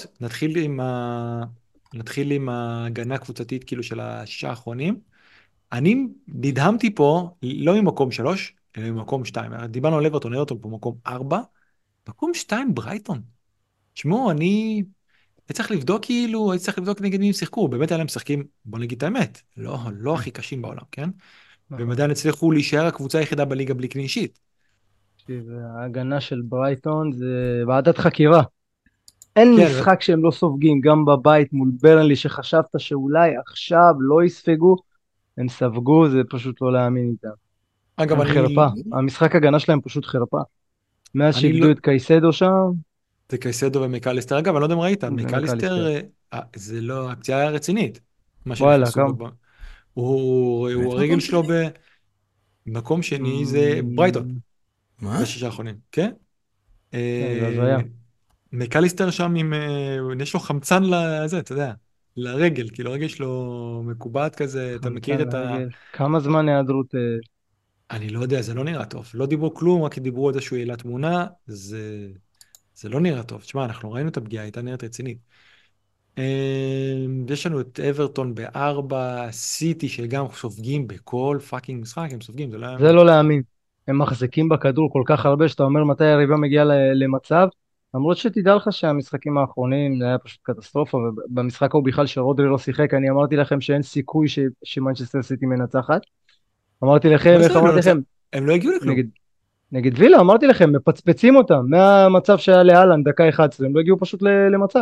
נתחיל עם ההגנה הקבוצתית כאילו של השישה האחרונים. אני נדהמתי פה, לא ממקום 3, אלא ממקום 2. דיברנו על אברטון פה מקום 4, מקום 2 ברייטון. תשמעו, אני צריך לבדוק כאילו, הייתי צריך לבדוק נגד מי הם שיחקו, באמת היה להם משחקים, בוא נגיד את האמת, לא הכי קשים בעולם, כן? והם עדיין הצליחו להישאר הקבוצה היחידה בליגה בלי קלין שיט. ההגנה של ברייטון זה ועדת חקירה. אין משחק שהם לא סופגים, גם בבית מול ברנלי שחשבת שאולי עכשיו לא יספגו, הם ספגו, זה פשוט לא להאמין איתם. אגב, הם חרפה. המשחק הגנה שלהם פשוט חרפה. מאז אני לא, שאיבדו את קייסדו שם, זה קייסדו ומקליסטר. אגב, אני לא יודע אם ראית, מקליסטר, ומקליסטר. זה לא, הפציעה היה רצינית, מה שהם וואלה, נכנסו כמה? הוא באמת הרגל מקום שלו שני? במקום שני זה ברייטון, מה? בשישה האחרונים, כן? זה הזיה. מקליסטר שם עם, יש לו חמצן לזה, אתה יודע, לרגל, כאילו הרגל שלו מקובעת כזה, אתה מכיר חמצן את ה... לרגל. כמה זמן היעדרות? אני לא יודע, זה לא נראה טוב. לא דיברו כלום, רק דיברו על זה שהוא העלה תמונה, זה לא נראה טוב. תשמע, אנחנו ראינו את הפגיעה, הייתה נראית רצינית. יש לנו את אברטון בארבע, סיטי שגם סופגים בכל פאקינג משחק, הם סופגים, זה לא זה יאמן. לא להאמין. הם מחזיקים בכדור כל כך הרבה, שאתה אומר מתי היריבה מגיעה למצב. למרות שתדע לך שהמשחקים האחרונים זה היה פשוט קטסטרופה, ובמשחק ההוא בכלל שרודרי לא שיחק, אני אמרתי לכם שאין סיכוי שמנצ'סטר סיטי מנצחת. אמרתי לכם, מה זה, איך אמרתי לכם? הם לא הגיעו לכלום. נגד וילה, אמרתי לכם, מפצפצים אותם, מהמצב שהיה לאלן, דקה 11, הם לא הגיעו פשוט למצב.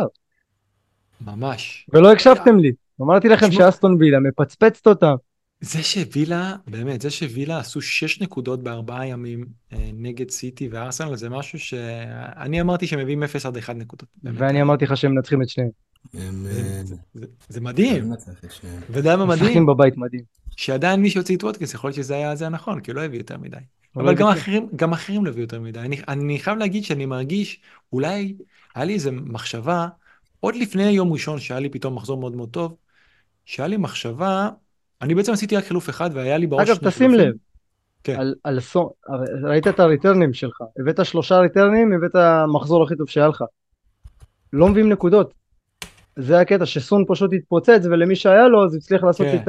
ממש. ולא הקשבתם לי. אמרתי לכם תשמעו, שאסטון וילה מפצפצת אותם. זה שווילה, באמת, זה שווילה עשו 6 נקודות בארבעה ימים נגד סיטי וארסנל, זה משהו שאני אמרתי שהם מביאים 0 עד 1 נקודות. באמת, ואני אמרתי לך שהם מנצחים את שניהם. הם זה יכולים מדהים. לנצח את שניהם. ודי מה משחקים מדהים, בבית מדהים. שעדיין מי שהוציא את וודקינס, יכול להיות שזה היה זה הנכון, כי הוא לא הביא יותר מדי. הוא לא אבל הביא כלום. גם אחרים לא הביאו יותר מדי. אני חייב להגיד שאני מרגיש, אולי היה לי איזו מחשבה, עוד לפני יום ראשון, שהיה לי פתאום מחזור מאוד מאוד טוב, שהיה לי מחשבה, אני בעצם עשיתי רק חילוף אחד, והיה לי בראש אגב, שני תשים חילופים. לב, כן, ראית את הריטרנים שלך, הבאת 3 ריטרנים, הבאת המחזור הכי טוב שהיה לך. לא מביאים נקודות. זה הקטע, שסון פשוט התפוצץ, ולמי שהיה לו, אז הצליח לעשות כן. את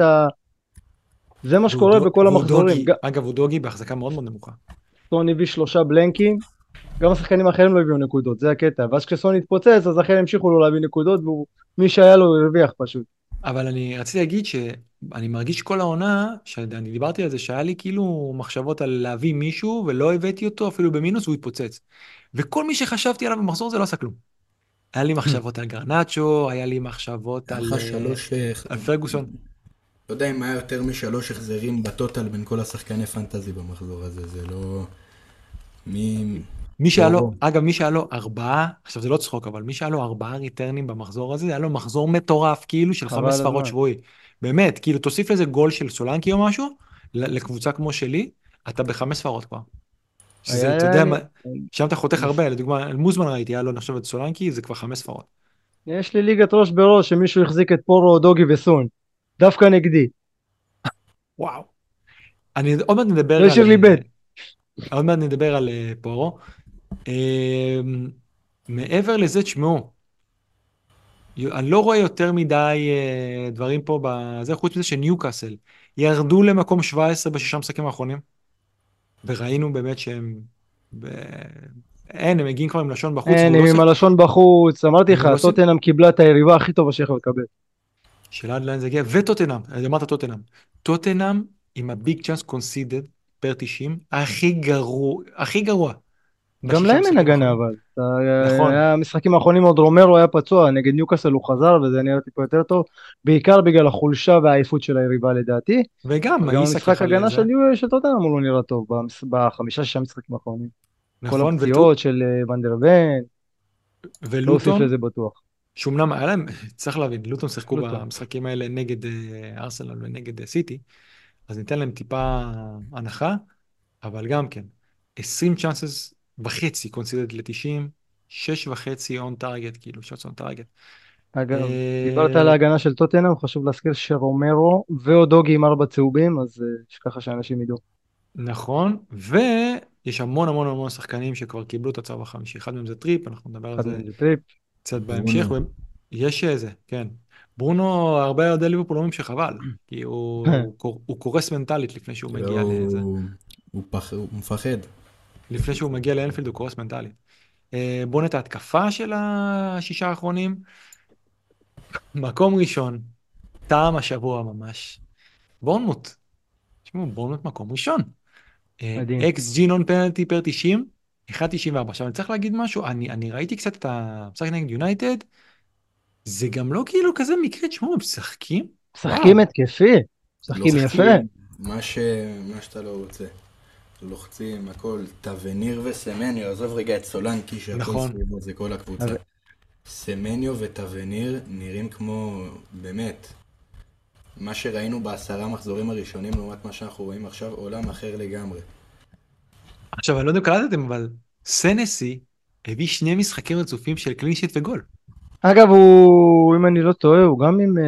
זה מה שקורה בכל והוא המחזורים. דוגי, אגב, הוא דוגי בהחזקה מאוד מאוד נמוכה. סון הביא 3 בלנקים, גם השחקנים האחרים לא הביאו נקודות, זה הקטע. ואז כשסון התפוצץ, אז אחרים המשיכו לו להביא נקודות, ומי שהיה לו הרוויח פשוט. אבל אני רציתי להגיד שאני מרגיש כל העונה, שאני דיברתי על זה, שהיה לי כאילו מחשבות על להביא מישהו, ולא הבאתי אותו אפילו במינוס, והוא התפוצץ. וכל מי שחשבתי עליו במחזור זה לא עשה כלום. היה לי מחשבות על גרנצ'ו, היה לי מחשבות היה על, לך שלוש... על פרגוסון. לא יודע אם היה יותר מ3 החזרים בטוטל בין כל השחקני פנטזי במחזור הזה, זה לא... מי... מי שהיה לו, לא. אגב, מי שהיה לו 4, עכשיו זה לא צחוק, אבל מי שהיה לו 4 ריטרנים במחזור הזה, היה לו מחזור מטורף, כאילו של 5 חבל על ספרות הזמן. שבועי. באמת, כאילו תוסיף לזה גול של סולנקי או משהו, לקבוצה כמו שלי, אתה ב5 ספרות כבר. שזה, אתה יודע, שם אתה חותך הרבה, לדוגמה, על מוזמן ראיתי, היה לו נחשב את סולנקי, זה כבר 5 ספרות. יש לי ליגת ראש בראש שמישהו החזיק את פורו, דוגי וסון. דווקא נגדי. וואו. אני עוד מעט נדבר לא על... השאיר לי בית. עוד מעט נדבר על פורו. מעבר לזה, תשמעו, אני לא רואה יותר מדי דברים פה בזה, חוץ מזה שניוקאסל ירדו למקום 17 בשישה משחקים האחרונים, וראינו באמת שהם... ב... אין, הם מגיעים כבר עם לשון בחוץ, אין, והוא לא עם שיחק... הלשון בחוץ. אמרתי לך, והוא לא שיחק... טוטנהאם קיבלה את היריבה הכי טובה שיכול לקבל. שאלה עד לאן זה הגיע, וטוטנאם, אמרת טוטנאם. טוטנאם עם הביג צ'אנס קונסידד פר 90, הכי גרוע. גם בשישה להם אין משחקים הגנה, האחרונים. אבל. נכון. המשחקים האחרונים עוד רומרו היה פצוע, נגד ניוקאסל הוא חזר, וזה נראה טיפה יותר טוב, בעיקר בגלל החולשה והעייפות של היריבה לדעתי. וגם גם איסק המשחק יכל הגנה לזה. של טוטנהאם הוא לא נראה טוב, ב5-6 משחקים האחרונים. כל נכון, הפציעות של ונדר ון, לא הוסיף ולוטון, לזה בטוח. שאומנם היה להם, צריך להבין, לוטון שיחקו לוטון. במשחקים האלה נגד ארסנל ונגד סיטי, אז ניתן להם טיפה הנחה, אבל גם כן, 20 צ'אנסס וחצי קונסידד ל-90, 6.5 און טארגט, כאילו, שוטס און טארגט. אגב, דיברת על ההגנה של טוטנהאם, חשוב להזכיר שרומרו ואודוגי עם 4 צהובים, אז ככה שאנשים ידעו. נכון, ויש המון המון המון שחקנים שכבר קיבלו את הצהוב החמישי, אחד מהם זה טריפ, אנחנו נדבר על אחד זה מהם זה טריפ. קצת בהמשך, ברונו. יש איזה, כן. ברונו, הרבה אוהדי ליברפול אומרים שחבל, כי הוא קורס מנטלית לפני שהוא מגיע לזה. הוא מפחד. לפני שהוא מגיע לאנפילד הוא קורס מנטלית. בוא נתת ההתקפה של השישה האחרונים. מקום ראשון, טעם השבוע ממש. בורנמוט. תשמעו, בורנמוט מקום ראשון. מדהים. אקס ג'י נון פנלטי פר 90, 1.94. עכשיו אני צריך להגיד משהו, אני ראיתי קצת את המשחק נגד יונייטד, זה גם לא כאילו כזה מקרה, תשמעו, הם משחקים? משחקים וואו. התקפי. משחקים יפה. מה שאתה לא רוצה. לוחצים, הכל, טווניר וסמניו, עזוב רגע את סולנקי שהכל נכון. סביבו, זה כל הקבוצה. אז- סמניו וטווניר נראים כמו, באמת, מה שראינו ב10 מחזורים הראשונים לעומת מה שאנחנו רואים עכשיו, עולם אחר לגמרי. עכשיו, אני לא יודע אם קלטתם, אבל סנסי הביא 2 משחקים רצופים של קלינשיט וגול. אגב, הוא, אם אני לא טועה, הוא גם עם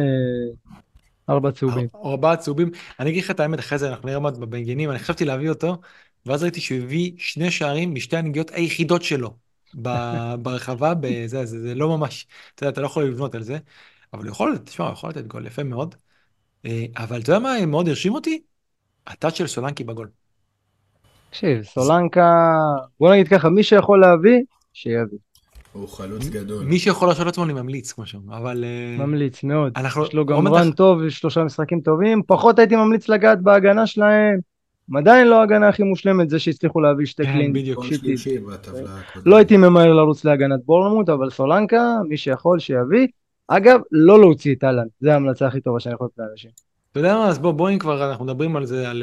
4 צהובים. 4 צהובים. אני אגיד לך את האמת, אחרי זה אנחנו נראה מה בנגינים, אני חשבתי להביא אותו, ואז ראיתי שהוא הביא 2 שערים משתי הנגיעות היחידות שלו ברחבה, זה לא ממש, אתה יודע, אתה לא יכול לבנות על זה, אבל הוא יכול, תשמע, הוא יכול לתת גול יפה מאוד, אבל אתה יודע מה מאוד הרשים אותי? הטאץ' של סולנקי בגול. תקשיב, סולנקה, בוא נגיד ככה, מי שיכול להביא, שיביא. הוא חלוץ גדול. מי שיכול להרשות לעצמו אני ממליץ, כמו שאומר, אבל ממליץ מאוד. אנחנו, יש לו גם עומד רן טוב, 3 משחקים טובים. פחות הייתי ממליץ לגעת בהגנה שלהם. הם עדיין לא ההגנה הכי מושלמת, זה שהצליחו להביא 2 כן, קלין בדיוק. כל שלישי בטבלה הקודמת. לא הייתי ממהר לרוץ להגנת בורנמוט, אבל סולנקה, מי שיכול שיביא. אגב, לא להוציא את אהלנד, זה ההמלצה הכי טובה שאני יכול לתת לאנשים. אתה יודע מה, אז בוא, אם כבר אנחנו מדברים על זה,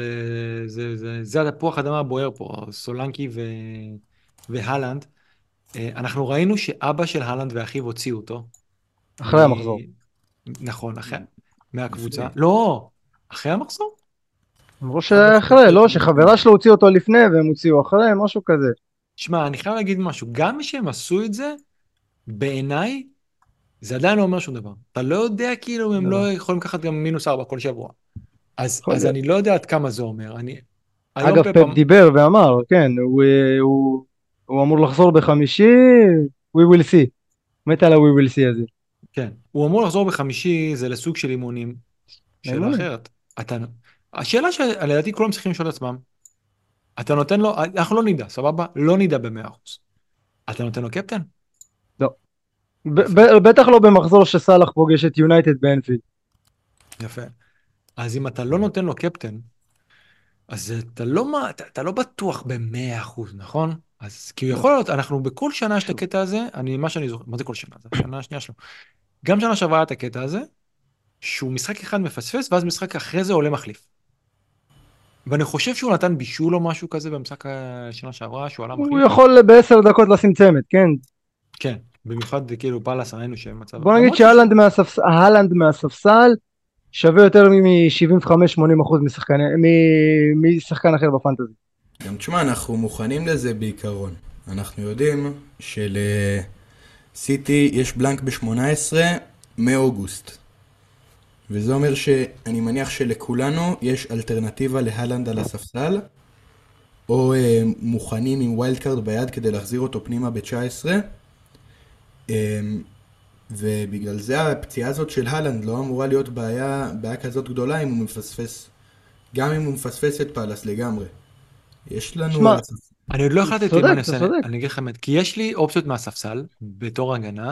זה התפוח אדמה הבוער פה, סולנקי והלנד. אנחנו ראינו שאבא של הלנד ואחיו הוציאו אותו. אחרי המחזור. נכון, מהקבוצה. לפני. לא, אחרי המחזור? אמרו שאחרי, לא, שחברה שלו הוציא אותו לפני והם הוציאו אחרי, משהו כזה. שמע, אני חייב להגיד משהו, גם שהם עשו את זה, בעיניי, זה עדיין לא אומר שום דבר. אתה לא יודע כאילו הם לא יכולים לקחת גם -4 כל שבוע. אז אני לא יודע עד כמה זה אומר. היום אגב, פפ דיבר ואמר, כן, הוא אמור לחזור בחמישי, we will see. מת על ה-we will see הזה. כן, הוא אמור לחזור בחמישי, זה לסוג של אימונים. שאלה אימונים. אחרת. השאלה שלדעתי כולם צריכים לשאול את עצמם, אתה נותן לו, אנחנו לא נדע, סבבה? לא נדע ב100%. אתה נותן לו קפטן? לא. בטח לא במחזור שסלאח פוגש את יונייטד באנפילד. יפה. אז אם אתה לא נותן לו קפטן, אז אתה לא בטוח ב100%, נכון? אז כי הוא יכול להיות, אנחנו בכל שנה יש את הקטע הזה, מה שאני זוכר, מה זה כל שנה? זה השנה השנייה שלו. גם שנה שעברה את הקטע הזה, שהוא משחק אחד מפספס, ואז משחק אחרי זה עולה מחליף. ואני חושב שהוא נתן בישול או משהו כזה במשחק השנה שעברה, שהוא עלה מחליף. הוא יכול ב10 דקות לשים צמד, כן. כן, במיוחד כאילו פאלאס ראינו שמצב... בוא נגיד שההלנד מהספסל שווה יותר מ-75-80% משחקן אחר בפנטזי. גם תשמע, אנחנו מוכנים לזה בעיקרון. אנחנו יודעים שלסיטי יש בלנק ב-18 מאוגוסט. וזה אומר שאני מניח שלכולנו יש אלטרנטיבה להלנד על הספסל, או מוכנים עם ווילד קארד ביד כדי להחזיר אותו פנימה ב-19. ובגלל זה הפציעה הזאת של הלנד לא אמורה להיות בעיה כזאת גדולה אם הוא מפספס, גם אם הוא מפספס את פאלאס לגמרי. יש לנו... שמה, אני עוד לא החלטתי מה אני עושה, צודק. אני אגיד לך באמת, כי יש לי אופציות מהספסל בתור הגנה,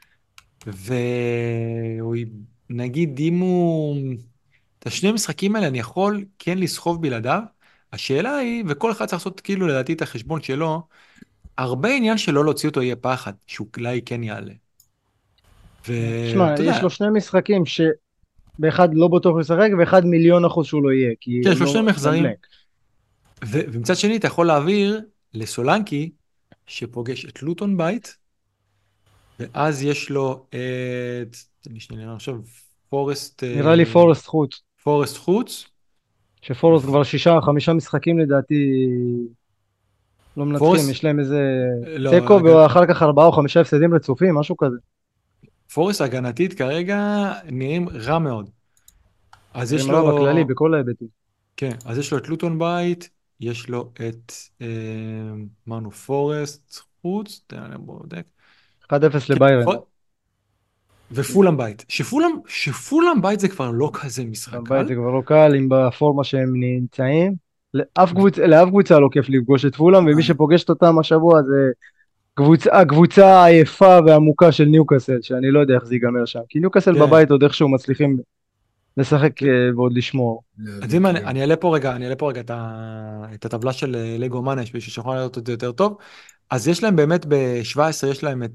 ונגיד אם הוא... את השני משחקים האלה אני יכול כן לסחוב בלעדיו, השאלה היא, וכל אחד צריך לעשות כאילו לדעתי את החשבון שלו, הרבה עניין שלא להוציא אותו יהיה פחד, שהוא אולי כן יעלה. שמע, יש לו 2 משחקים שבאחד לא בטוח הוא ישחק, ואחד 1,000,000% שהוא לא יהיה, כי כן, יש לו 2 מחזרים. בלנק. ומצד שני אתה יכול להעביר לסולנקי, שפוגש את לוטון בייט, ואז יש לו את... אני חושב פורסט... נראה לי פורסט חוץ. פורסט חוץ. שפורסט כבר 6-5 משחקים לדעתי לא מנצחים, יש להם איזה תיקו ואחר כך 4 או 5 הפסדים רצופים, משהו כזה. פורסט הגנתית כרגע נראים רע מאוד. אז יש רע לו... בכללי, בכל ההיבטים. כן, אז יש לו את לוטון בייט, יש לו את... אמרנו פורסט חוץ, בוא נבדק. 1-0 לביירן. ופולאם בייט. שפולאם בייט זה כבר לא כזה משחק קל. בייט זה כבר לא קל, אם בפורמה שהם נמצאים. לאף קבוצה לא כיף לפגוש את פולאם, ומי שפוגשת אותם השבוע זה הקבוצה העייפה והעמוקה של ניוקאסל, שאני לא יודע איך זה ייגמר שם. כי ניוקאסל בבית עוד איכשהו מצליחים לשחק ועוד לשמור. אז אם אני אעלה פה רגע את הטבלה של לגו מאנש, בשביל שיכול לראות את זה יותר טוב. אז יש להם באמת ב-17, יש להם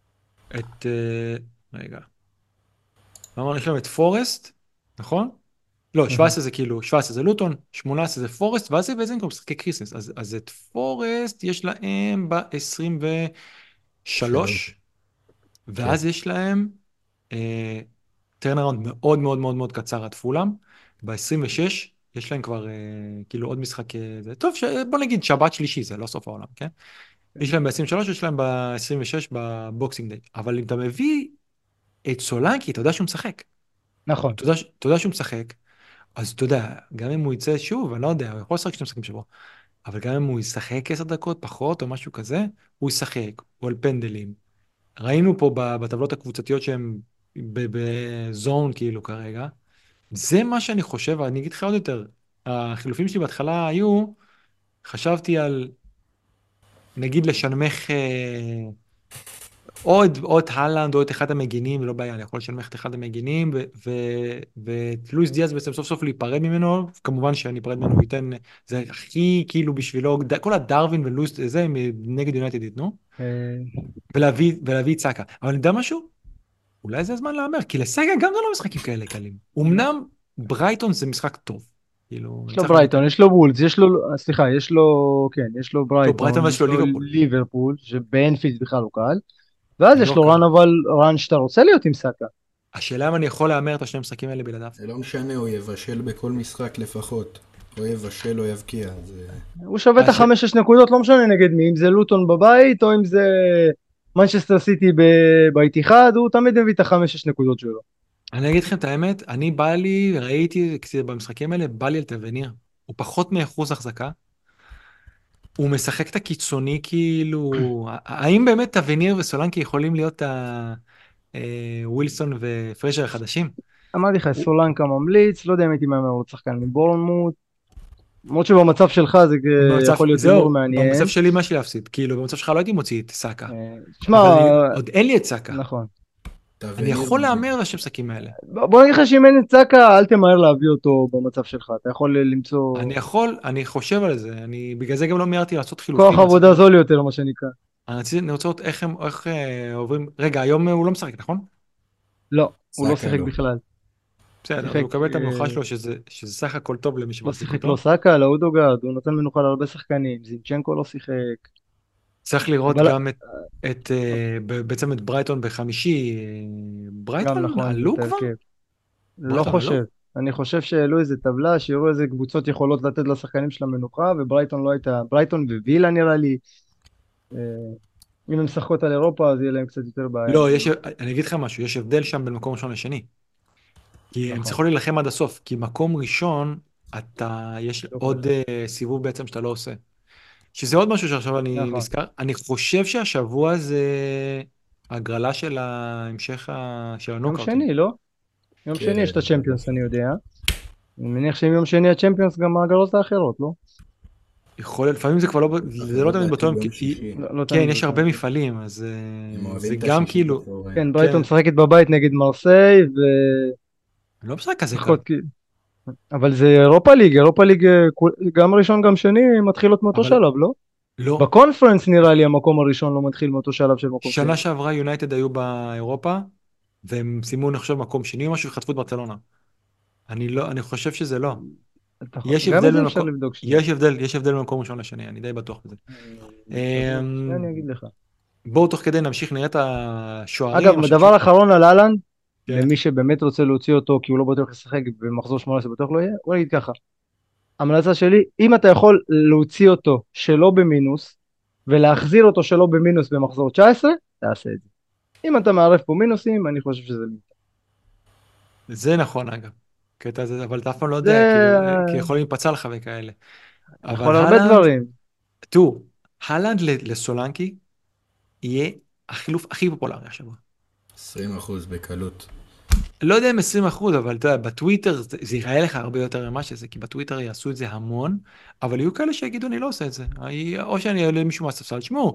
רגע. אמרנו, יש להם את פורסט, נכון? לא, 17 זה כאילו, 17 זה לוטון, 18 זה פורסט, ואז זה בעצם כמו משחקי קריסמס. אז את פורסט יש להם ב-23, ואז יש להם טרנראונד מאוד מאוד מאוד מאוד קצר עד פולאם. ב-26 יש להם כבר כאילו עוד משחק, טוב, בוא נגיד שבת שלישי, זה לא סוף העולם, כן? יש להם ב-23, יש להם ב-26 בבוקסינג דיי. אבל אם אתה מביא את סולנקי, אתה יודע שהוא משחק. נכון. אתה יודע שהוא משחק, אז אתה יודע, גם אם הוא יצא שוב, אני לא יודע, הוא יכול לשחק שני משחקים שבוע, אבל גם אם הוא ישחק 10 דקות פחות או משהו כזה, הוא ישחק, הוא על פנדלים. ראינו פה בטבלות הקבוצתיות שהם בזון כאילו כרגע. זה מה שאני חושב, אני אגיד לך עוד יותר, החילופים שלי בהתחלה היו, חשבתי על, נגיד לשנמך או את הלנד או את אחד המגינים, לא בעיה, אני יכול לשנמך את אחד המגינים, ואת לואיס דיאז בעצם סוף סוף להיפרד ממנו, כמובן שאני אפרד ממנו וייתן, זה הכי כאילו בשבילו, כל הדרווין ולואיס, זה הם נגד יונייטד ייתנו, ולהביא את סאקה. אבל אני יודע משהו? אולי זה הזמן להאמר, כי לסאקה גם זה לא משחקים כאלה קלים. אמנם ברייטון זה משחק טוב. כאילו, יש לו ברייטון, יש לו וולס, יש לו, סליחה, יש לו, כן, יש לו ברייטון, ברייטון ויש לו ליברפול, שבאנפילד בכלל הוא קל, ואז יש לו רן, אבל רן שאתה רוצה להיות עם סאקה. השאלה אם אני יכול להאמר את השני משחקים האלה בלעדיו. זה לא משנה, הוא יבשל בכל משחק לפחות. או יבשל או יבקיע. הוא שווה את ה5-6 נקודות, לא משנה נגד מי, אם זה לוטון בבית, או אם זה מנצ'סטר סיטי בבית אחד, הוא תמיד מביא את ה5-6 נקודות שלו. אני אגיד לכם את האמת, אני בא לי, ראיתי במשחקים האלה, בא לי על טווניר. הוא פחות מאחוז החזקה. הוא משחק את הקיצוני כאילו, האם באמת טווניר וסולנקי יכולים להיות ווילסון ופרשר החדשים? אמרתי לך, סולנקה ממליץ, לא יודע אם הייתי מאמר עוד שחקן מבורנמוט, למרות שבמצב שלך זה יכול להיות סיפור מעניין. במצב שלי מה יש לי להפסיד? כאילו, במצב שלך לא הייתי מוציא את סאקה. תשמע, עוד אין לי את סאקה. נכון. אני יכול להאמר לשם משחקים האלה. בוא נגיד לך שאם אין את סאקה, אל תמהר להביא אותו במצב שלך, אתה יכול למצוא... אני חושב על זה, בגלל זה גם לא מיהרתי לעשות חילופים. כוח עבודה זול יותר, מה שנקרא. אני רוצה לראות איך עוברים, רגע, היום הוא לא משחק, נכון? לא, הוא לא שיחק בכלל. בסדר, הוא מקבל את המנוחה שלו, שזה סך הכל טוב למי שמחזיק אותו. לא שיחק, לא סאקה, לא אודוגרד, הוא נותן מנוחה להרבה שחקנים, זינצ'נקו לא שיחק. צריך לראות גם בעצם את ברייטון בחמישי. ברייטון עלו כבר? לא חושב. אני חושב שהעלו איזה טבלה, שיראו איזה קבוצות יכולות לתת לשחקנים של המנוחה, וברייטון לא הייתה, ברייטון ווילה נראה לי, אם הם משחקות על אירופה, אז יהיה להם קצת יותר בעיה. לא, אני אגיד לך משהו, יש הבדל שם בין מקום ראשון לשני. כי הם צריכו להילחם עד הסוף, כי מקום ראשון, יש עוד סיבוב בעצם שאתה לא עושה. שזה עוד משהו שעכשיו אני נזכר. אני חושב שהשבוע זה הגרלה של ההמשך של הנוקאוטים. יום שני, לא? יום שני יש את הצ'מפיונס, אני יודע. אני מניח שאם יום שני הצ'מפיונס גם ההגרלות האחרות, לא? יכול, לפעמים זה כבר לא, זה לא תמיד באותו יום, כן, יש הרבה מפעלים, אז זה גם כאילו... כן, ברייטון משחקת בבית נגד מרסיי, ו... לא משחק כזה קל. אבל זה אירופה ליג, אירופה ליג גם ראשון גם שני מתחילות מאותו שלב, לא? לא. בקונפרנס נראה לי המקום הראשון לא מתחיל מאותו שלב של מקום שני. שנה שעברה יונייטד היו באירופה, והם שימו נחשב מקום שני או משהו וחטפו את ברצלונה. אני חושב שזה לא. יש הבדל במקום ראשון לשני, אני די בטוח בזה. אני אגיד לך. בואו תוך כדי נמשיך, נראה את השוערים. אגב, דבר אחרון על אהלנד, למי שבאמת רוצה להוציא אותו כי הוא לא בטוח לשחק במחזור 18 בטוח לא יהיה, בוא נגיד ככה. המלצה שלי, אם אתה יכול להוציא אותו שלא במינוס, ולהחזיר אותו שלא במינוס במחזור 19, תעשה את זה. אם אתה מערף פה מינוסים, אני חושב שזה מיותר. זה נכון אגב. אבל אתה אף פעם לא יודע, כי יכולים להיפצע לך וכאלה. יכול הרבה דברים. תראו, הלנד לסולנקי יהיה החילוף הכי פופולרי השבוע. 20% בקלות. לא יודע אם 20%, אבל אתה יודע, בטוויטר זה ייראה לך הרבה יותר ממה שזה, כי בטוויטר יעשו את זה המון, אבל יהיו כאלה שיגידו אני לא עושה את זה, או שאני אעלה למישהו מהספסל, שמעו,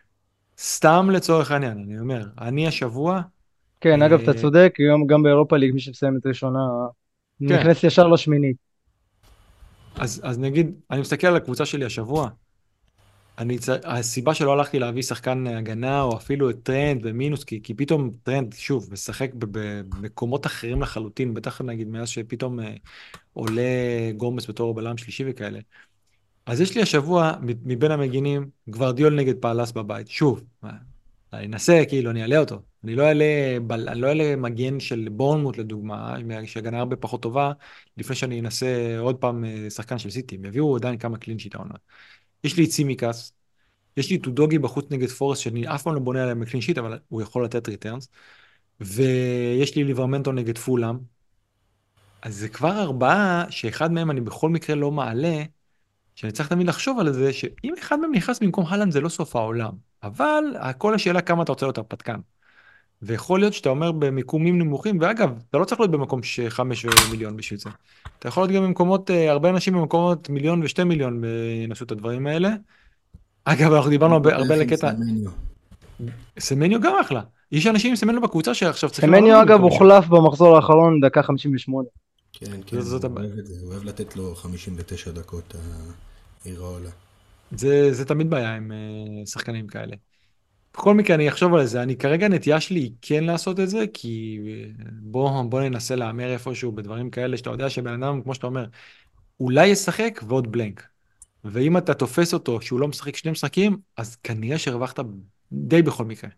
סתם לצורך העניין, אני אומר, אני השבוע... כן, אגב, אתה צודק, גם באירופה ליג, מי שמסיימת ראשונה, נכנס ישר לשמינית. אז נגיד, אני מסתכל על הקבוצה שלי השבוע, הסיבה שלא הלכתי להביא שחקן הגנה, או אפילו את טרנד ומינוס, כי פתאום טרנד, שוב, משחק במקומות אחרים לחלוטין, בטח נגיד מאז שפתאום עולה גומס בתור בלם שלישי וכאלה. אז יש לי השבוע, מבין המגינים, גוורדיול נגד פאלאס בבית. שוב, אני אנסה, כאילו, אני אעלה אותו. אני לא אעלה מגן של בורנמוט, לדוגמה, שהגנה הרבה פחות טובה, לפני שאני אנסה עוד פעם שחקן של סיטי. הם יביאו עדיין כמה קלינשיט העונה. יש לי את סימיקס, יש לי טודוגי בחוץ נגד פורסט, שאני אף פעם לא בונה עליהם מקלינשיט, אבל הוא יכול לתת ריטרנס. ויש לי ליברמנטו נגד פולאם. אז זה כבר 4, שאחד מהם אני בכל מקרה לא מעלה, שאני צריך תמיד לחשוב על זה, שאם אחד מהם נכנס במקום הלנד זה לא סוף העולם. אבל כל השאלה כמה אתה רוצה להיות הרפתקן. ויכול להיות שאתה אומר במיקומים נמוכים, ואגב, אתה לא צריך להיות במקום 5 מיליון בשביל זה. אתה יכול להיות גם במקומות, הרבה אנשים במקומות 1 ו2 מיליון ינסו את הדברים האלה. אגב, אנחנו דיברנו הרבה לקטע. סמניו גם אחלה. יש אנשים עם סמניו בקבוצה שעכשיו צריכים... סמניו אגב הוחלף במחזור האחרון דקה 58. כן, הוא אוהב את זה, הוא אוהב לתת לו 59 דקות איראולה. זה תמיד בעיה עם שחקנים כאלה. בכל מקרה אני אחשוב על זה, אני כרגע נטייה שלי כן לעשות את זה, כי בוא ננסה להאמר איפשהו בדברים כאלה, שאתה יודע שבן אדם, כמו שאתה אומר, אולי ישחק ועוד בלנק. ואם אתה תופס אותו שהוא לא משחק 2 משחקים, אז כנראה שהרווחת די בכל מקרה.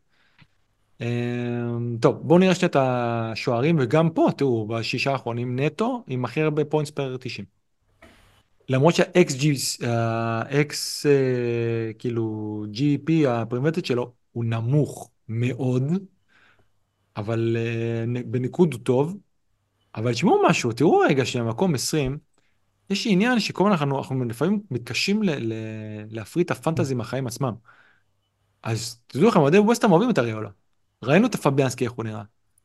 טוב, בואו נראה שני את השוערים, וגם פה, תראו, ב6 האחרונים נטו, עם הכי הרבה פוינטס פר 90. למרות ה-X, כאילו, GP, הפרימטד שלו, הוא נמוך מאוד, אבל בניקוד הוא טוב. אבל תשמעו משהו, תראו רגע שמקום 20, יש עניין שכל אנחנו לפעמים מתקשים להפריד את הפנטזי מהחיים עצמם. אז תדעו לכם, אוהדי ווסטהאם אוהבים את אריולה. ראינו את הפביאנסקי איך הוא נראה.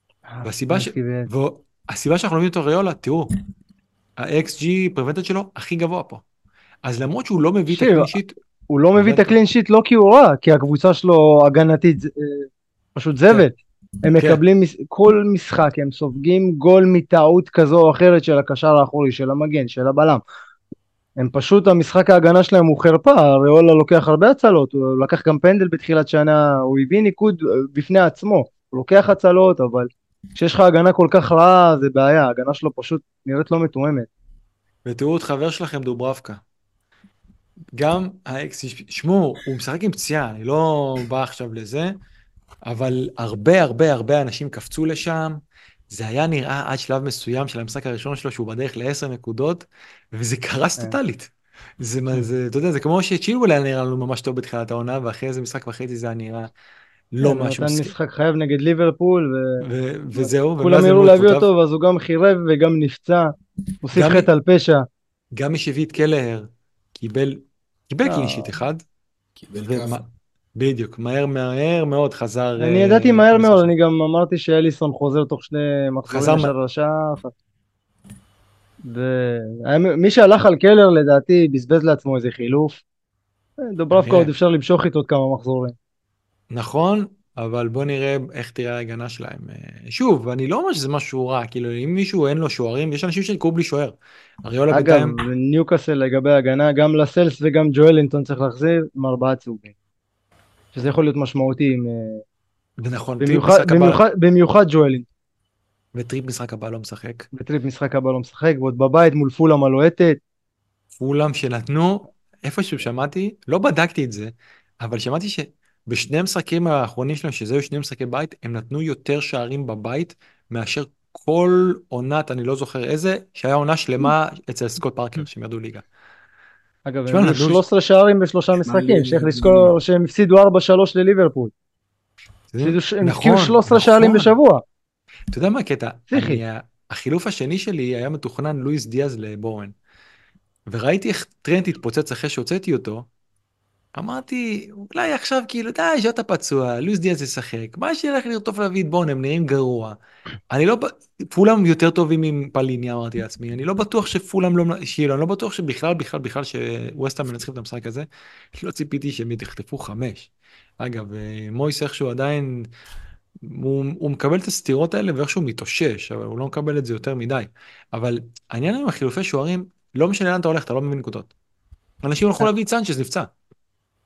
והסיבה שאנחנו אוהבים את אריולה, תראו, ה-XG פרימטד שלו הכי גבוה פה. אז למרות שהוא לא מביא את הקלינשיט... הוא לא מביא את הקלינשיט לא כי הוא רע, כי הקבוצה שלו הגנתית פשוט זבת. הם מקבלים כל משחק, הם סופגים גול מטעות כזו או אחרת של הקשר האחורי, של המגן, של הבלם. הם פשוט, המשחק ההגנה שלהם הוא חרפה, ריאולה לוקח הרבה הצלות, הוא לקח גם פנדל בתחילת שנה, הוא הביא ניקוד בפני עצמו, הוא לוקח הצלות, אבל כשיש לך הגנה כל כך רעה זה בעיה, ההגנה שלו פשוט נראית לא מתואמת. ותראו את חבר שלכם דוברבקה. גם האקס, שמו, הוא משחק עם פציעה, אני לא בא עכשיו לזה, אבל הרבה אנשים קפצו לשם, זה היה נראה עד שלב מסוים של המשחק הראשון שלו, שהוא בדרך ל10 נקודות, וזה קרס טוטלית. זה, אתה יודע, זה כמו שצ'ילואל היה נראה לנו ממש טוב בתחילת העונה, ואחרי איזה משחק וחצי זה היה נראה לא משהו מסכים. נתן משחק חייב נגד ליברפול, וזהו. כולם יראו להביא אותו, ואז הוא גם חירב וגם נפצע, הוסיף חטא על פשע. גם מי שהביא את קלהר, קיבל קלינשיט אחד. קיבל כף. בדיוק, מהר מאוד חזר... אני ידעתי מהר מאוד, אני גם אמרתי שאליסון חוזר תוך 2 מחזורים של רשע. מי שהלך על קלר לדעתי בזבז לעצמו איזה חילוף. דוברבקה עוד אפשר למשוך איתו עוד כמה מחזורים. נכון, אבל בוא נראה איך תראה ההגנה שלהם. שוב, אני לא אומר שזה משהו רע, כאילו אם מישהו אין לו שוערים, יש אנשים שיקרו בלי שוער. אגב, ניוקאסל לגבי ההגנה, גם לסלס וגם ג'ואלינטון צריך להחזיר עם 4 צהובים. שזה יכול להיות משמעותי. ונכון, במיוחד ג'ואלינטון. וטריפ משחק הבא לא משחק. ועוד בבית מול פולאם הלוהטת. פולאם שנתנו, איפשהו שמעתי, לא בדקתי את זה, אבל שמעתי שבשני המשחקים האחרונים שלהם, שזה היו 2 משחקי בית, הם נתנו יותר שערים בבית, מאשר כל עונת, אני לא זוכר איזה, שהיה עונה שלמה אצל סקוט פארקר, שהם ירדו ליגה. אגב, הם היו 13 שערים ב3 משחקים, שצריך לזכור שהם הפסידו 4-3 לליברפול. הם הפקיעו 13 שערים בשבוע. אתה יודע מה הקטע? החילוף השני שלי היה מתוכנן לואיס דיאז לבורן. וראיתי איך טרנט התפוצץ אחרי שהוצאתי אותו, אמרתי, אולי עכשיו כאילו, די, שאתה פצוע, לואיס דיאז ישחק, מה שילך לרטוף להביא את בורן, הם נראים גרוע. פולאם יותר טובים עם פליניה, אמרתי לעצמי, אני לא בטוח שפולאם לא, אני לא בטוח בכלל שווסטהאם מנצחים את המשחק הזה, לא ציפיתי שהם יחטפו 5. אגב, מויס איכשהו עדיין, הוא מקבל את הסתירות האלה ואיכשהו מתאושש, אבל הוא לא מקבל את זה יותר מדי. אבל העניין עם החילופי שוערים, לא משנה לאן אתה הולך, אתה לא מבין נקודות. אנשים הולכו להביא את סנצ'ז נפצע.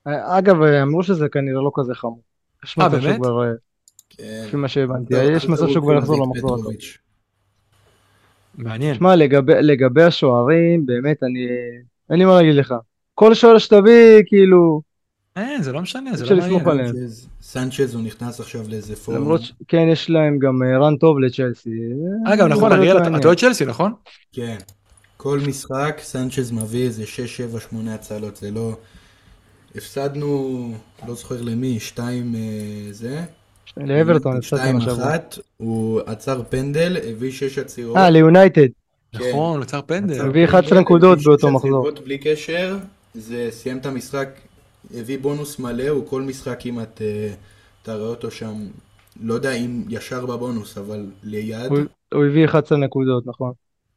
אגב, אמרו שזה כנראה לא כזה חמור. יש מצב שהוא באמת? כבר, כן. לפי מה שהבנתי, אל יש מצב שהוא כבר תרוצו יחזור להביא את למחזור הקרוב. פטרוביץ'. מעניין. שמע, לגבי השוערים, באמת, אין לי מה להגיד לך. כל שוער שתביא, כאילו, זה לא משנה, אי זה אפשר לא לסמוך מעניין. עליהם. סנצ'ז הוא נכנס עכשיו לאיזה פורמה. למרות שכן, יש להם גם רן טוב לצ'לסי. אגב, זה נכון, יכול להיות אריאל, אתה מעניין. אוהד צ'לסי, נכון? כן. כל משחק סנצ'ז מביא איזה 6, 7, 8 הצלות, זה לא... הפסדנו, לא זוכר למי, 2 זה, לאברטון הפסדתם השבוע. 2-1, הוא עצר פנדל, הביא 6 עצירות, ליונייטד. כן, נכון, נוצר עצר פנדל. הביא 11 פנדל, הביא נקודות 6 באותו מחזור. עצירות בלי קשר, זה סיים את המשחק, הביא בונוס מלא, הוא כל משחק כמעט, אתה רואה אותו שם, לא יודע אם ישר בבונוס, אבל ליד. הוא הביא 11 נקודות, נכון.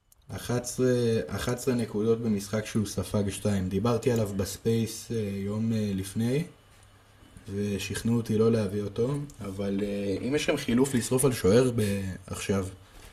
11 נקודות במשחק שהוא ספג 2. דיברתי עליו בספייס יום לפני, ושכנעו אותי לא להביא אותו, אבל אם יש לכם חילוף לשרוף על שוער עכשיו,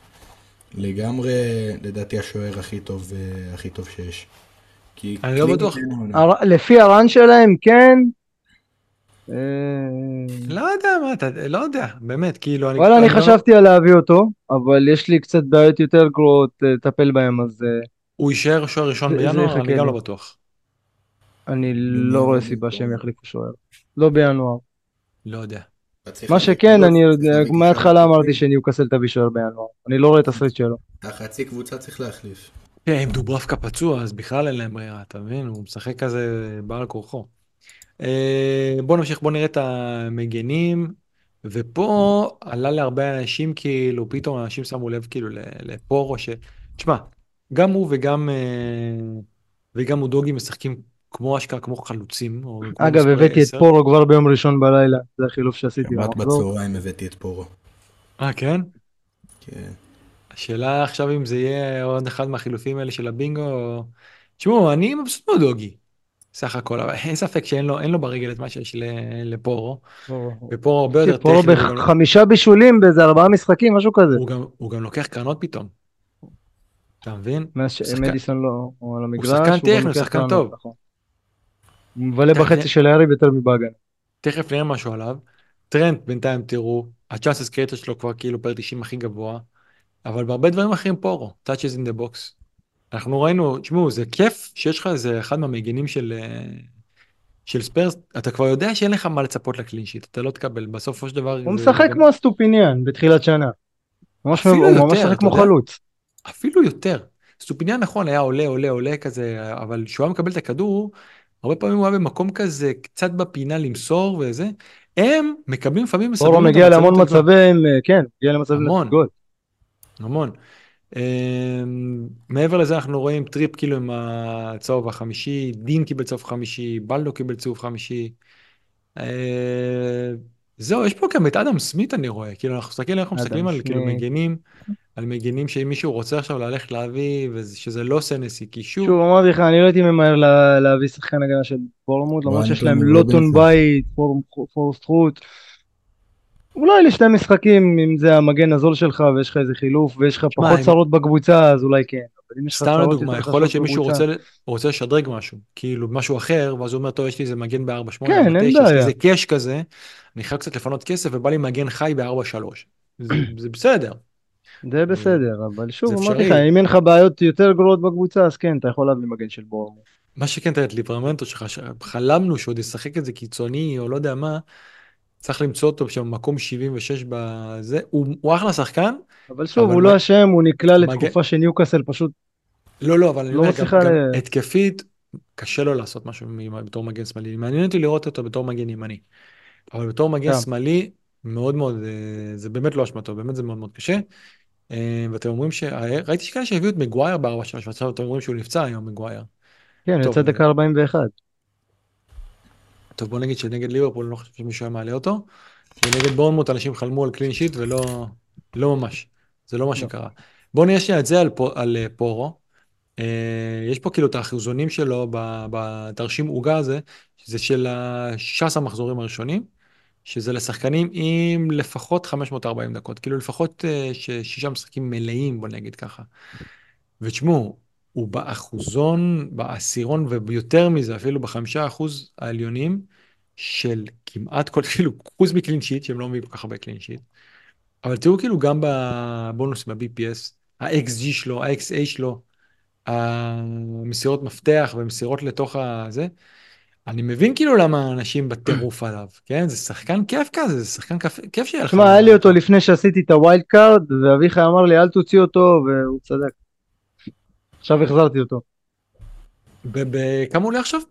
לגמרי לדעתי השוער הכי טוב שיש. כי אני לא קלינגר בטוח. אין העונה. לפי הרן שלהם, כן. אה, לא יודע מה אתה, לא יודע, באמת, כאילו, וואלה, אני אני גם... חשבתי על להביא אותו, אבל יש לי קצת בעיות יותר גרועות לטפל בהם, אז הוא יישאר שוער ראשון זה בינואר, אני יחכה גם לי. לא בטוח. אני ומי לא רואה עובד סיבה שהם במקומו? יחליפו שוער. לא בינואר. לא יודע. אתה צריך מה להביא שכן, קלוס, אני אתה צריך יודע, להביא קשר מההתחלה אמרתי אחורי. שניוקאסל תביא שוער בינואר. אני לא רואה תסריט שלו. החצי קבוצה צריך להחליף. כן, אם דוברבקה פצוע, אז בכלל אין להם ברירה, אתה מבין? הוא משחק כזה בעל כורחו. בוא נמשיך, בוא נראה את המגנים, ופה עלה להרבה אנשים, כאילו, פתאום אנשים שמו לב, כאילו, לפורו, תשמע, גם הוא וגם אודוגי משחקים כמו אשכרה, כמו חלוצים, או כמו אגב, מספרי הבאתי את 10. פורו כבר ביום ראשון בלילה. זה החילוף שעשיתי רק במחזור. בצהריים הבאתי את פורו. כן? כן. השאלה עכשיו אם זה יהיה עוד אחד מהחילופים האלה של הבינגו, או... תשמעו, אני מבסוט מאודוגי, סך הכל, אבל אין ספק אין לו ברגל את מה שיש לפורו, ופורו הרבה יותר פורו טכני, ב5 בישולים באיזה 4 משחקים, משהו כזה. הוא גם לוקח קרנות פתאום, אתה מבין? מאז הוא שחקן, שמדיסון לא הוא על הוא שחקן המגרש, הוא גם טכני, הוא לוקח שחקן קרנות, טוב. נכון. הוא מבלה תכף בחצי של הארי יותר מבאגן. תכף נראה משהו עליו. טרנט בינתיים תראו, הצ'אנסס קריטר שלו כבר כאילו פר 90 הכי גבוה, אבל בהרבה דברים אחרים פורו, touches in the box. אנחנו ראינו, תשמעו, זה כיף שיש לך איזה אחד מהמגנים של ספיירס, אתה כבר יודע שאין לך מה לצפות לקלין שיט, אתה לא תקבל, בסופו של דבר הוא זה משחק גם, כמו הסטופיניאן בתחילת שנה. אפילו הוא ממש יותר, משחק אתה כמו יודע, חלוץ. אפילו יותר. סטופיניאן נכון, היה עולה, עולה, עולה כזה, אבל כשהוא היה מקבל את הכדור, הרבה פעמים הוא היה במקום כזה, קצת בפינה למסור וזה, הם מקבלים לפעמים, פורו מסדרים אותם מגיע מצבים להמון יותר גבוהים. מצבים, כן, מגיע למצבים המון, לגול. המון. מעבר לזה אנחנו רואים טריפ כאילו עם הצהוב החמישי, דין קיבל צהוב חמישי, בלדו קיבל צהוב חמישי. אה, זהו, יש פה גם את אדם סמית אני רואה, כאילו אנחנו מסתכלים אדם על כאילו סמית. מגנים, על מגנים שאם מישהו רוצה עכשיו ללכת להביא, ושזה לא סנסי, כי שוב, שוב, אמרתי לך, אני לא הייתי ממהר להביא שחקן הגנה של בורנמוט, למרות שיש וולינגטון להם לוטון ורובינסון. בית, פורסט רוט. אולי לשני משחקים, אם זה המגן הזול שלך ויש לך איזה חילוף ויש לך שמע, פחות צרות בקבוצה, אז אולי כן. אבל אם יש לך סתם צרות לדוגמה, יותר יכול להיות קשות שמישהו בקבוצה, רוצה לשדרג משהו, כאילו משהו אחר, ואז הוא אומר, טוב, יש לי איזה מגן ב-4-8, כן, אין 4-9, יש לי בעיה. איזה קאש כזה, אני חייב קצת לפנות כסף, ובא לי מגן חי ב-4-3. זה בסדר, זה זה בסדר, אבל זה שוב, אמרתי לך, אפשרי. אם אין לך בעיות יותר גרועות בקבוצה, אז כן, אתה יכול להביא מגן של בורנמוט. מה שכן, תראה, את ליברמנטו שחלמנו שעוד ישחק את זה קיצוני, או לא יודע מה, צריך למצוא אותו שם מקום 76 בזה, הוא אחלה שחקן, אבל שוב, אבל הוא לא אשם, הוא נקלע מגן, לתקופה שניוקאסל פשוט לא, לא, אבל אני לא אומר, מצליחה גם התקפית, קשה לו לעשות משהו בתור מגן שמאלי. מעניין אותי לראות אותו בתור מגן ימני. אבל בתור מגן גם. שמאלי, מאוד מאוד, זה באמת לא אשמתו, באמת זה מאוד מאוד קשה. ואתם אומרים ראיתי שכאלה שהביאו את מגווייר ב-4-3, ועכשיו אתם אומרים שהוא נפצע היום, מגווייר. כן, הוא יצא טוב, דקה 41. טוב, בוא נגיד שנגד ליברפול, אני לא חושב שמישהו היה מעלה אותו, ונגד בורנמוט אנשים חלמו על קלין שיט, ולא לא ממש, זה לא מה לא. שקרה. בוא נהיה שנייה את זה על פורו. יש פה כאילו את האחוזונים שלו בתרשים עוגה הזה, שזה של ה-16 המחזורים הראשונים, שזה לשחקנים עם לפחות 540 דקות, כאילו לפחות שישה משחקים מלאים, בוא נגיד ככה. ותשמעו, הוא באחוזון, בעשירון וביותר מזה, אפילו ב5% העליונים של כמעט כל, כאילו, חוץ מקלין שיט, שהם לא מביאים כל כך הרבה קלין שיט, אבל תראו כאילו גם בבונוס, ב-BPS, ה-XG שלו, ה-XA שלו, המסירות מפתח ומסירות לתוך הזה, אני מבין כאילו למה אנשים בטירוף עליו, כן? זה שחקן כיף כזה, זה שחקן כיף שיהיה לך. תשמע, היה לי אותו לפני שעשיתי את הווילד קארד, ואביחי אמר לי אל תוציא אותו, והוא צדק. עכשיו החזרתי אותו. כמה הוא עולה עכשיו?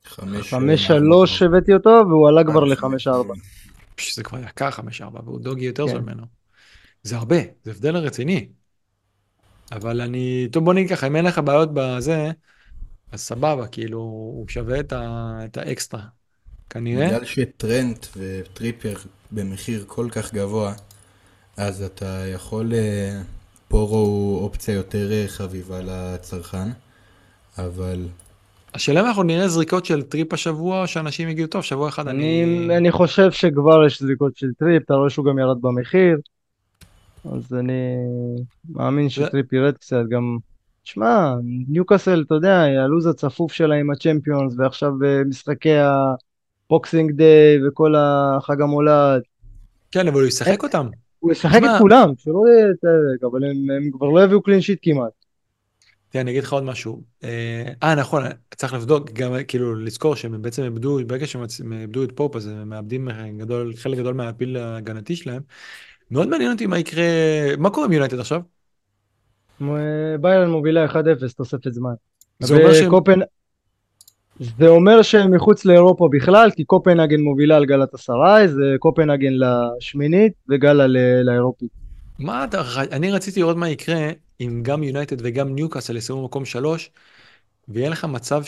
5-3 הבאתי אותו, והוא עלה כבר ל-5-4. זה כבר יקר 5-4, והוא דוגי יותר זול כן. ממנו. זה הרבה, זה הבדל רציני. אבל טוב בוא נגיד ככה, אם אין לך בעיות בזה, אז סבבה, כאילו, הוא שווה את האקסטרה. כנראה. בגלל שטרנט וטריפר במחיר כל כך גבוה, אז אתה יכול, פורו הוא אופציה יותר חביבה לצרכן, אבל השאלה אם אנחנו נראה זריקות של טריפ השבוע, או שאנשים יגידו, טוב, שבוע אחד אני חושב שכבר יש זריקות של טריפ, אתה רואה שהוא גם ירד במחיר, אז אני מאמין שטריפ ירד קצת גם. שמע, ניוקאסל, אתה יודע, הלו"ז הצפוף שלה עם הצ'מפיונס, ועכשיו במשחקי הבוקסינג דיי וכל החג המולד. כן, אבל הוא ישחק אותם. הוא ישחק את כולם, שלא יתאבק, אבל הם כבר לא הביאו קלין שיט כמעט. תראה, אני אגיד לך עוד משהו. נכון, צריך לבדוק, גם כאילו לזכור שהם בעצם איבדו, ברגע שהם איבדו את פופ, אז הם מאבדים חלק גדול מהפיל ההגנתי שלהם. מאוד מעניין אותי מה יקרה, מה קורה עם יונייטד עכשיו? ביירן מובילה 1-0, תוספת זמן. זה אומר שהם... זה אומר שהם מחוץ לאירופה בכלל, כי קופנהגן מובילה על גלאטסראי, זה קופנהגן לשמינית וגלה לאירופית. אני רציתי לראות מה יקרה אם גם יונייטד וגם ניוקאסל יסיימו מקום 3, ויהיה לך מצב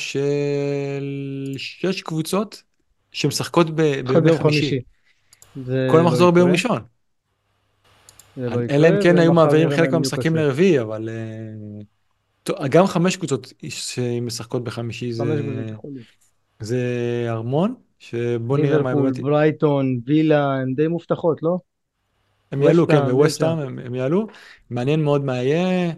של 6 קבוצות שמשחקות בימי חמישי. כל המחזור ביום ראשון. אלא אם כן היו מעבירים חלק מהמשחקים לרביעי, אבל גם 5 קבוצות שמשחקות בחמישי זה ארמון, שבוא נראה מה... ליברפול, ברייטון, וילה, הם די מובטחות, לא? הם יעלו, כן, בווסטהאם הם יעלו. מעניין מאוד מה יהיה.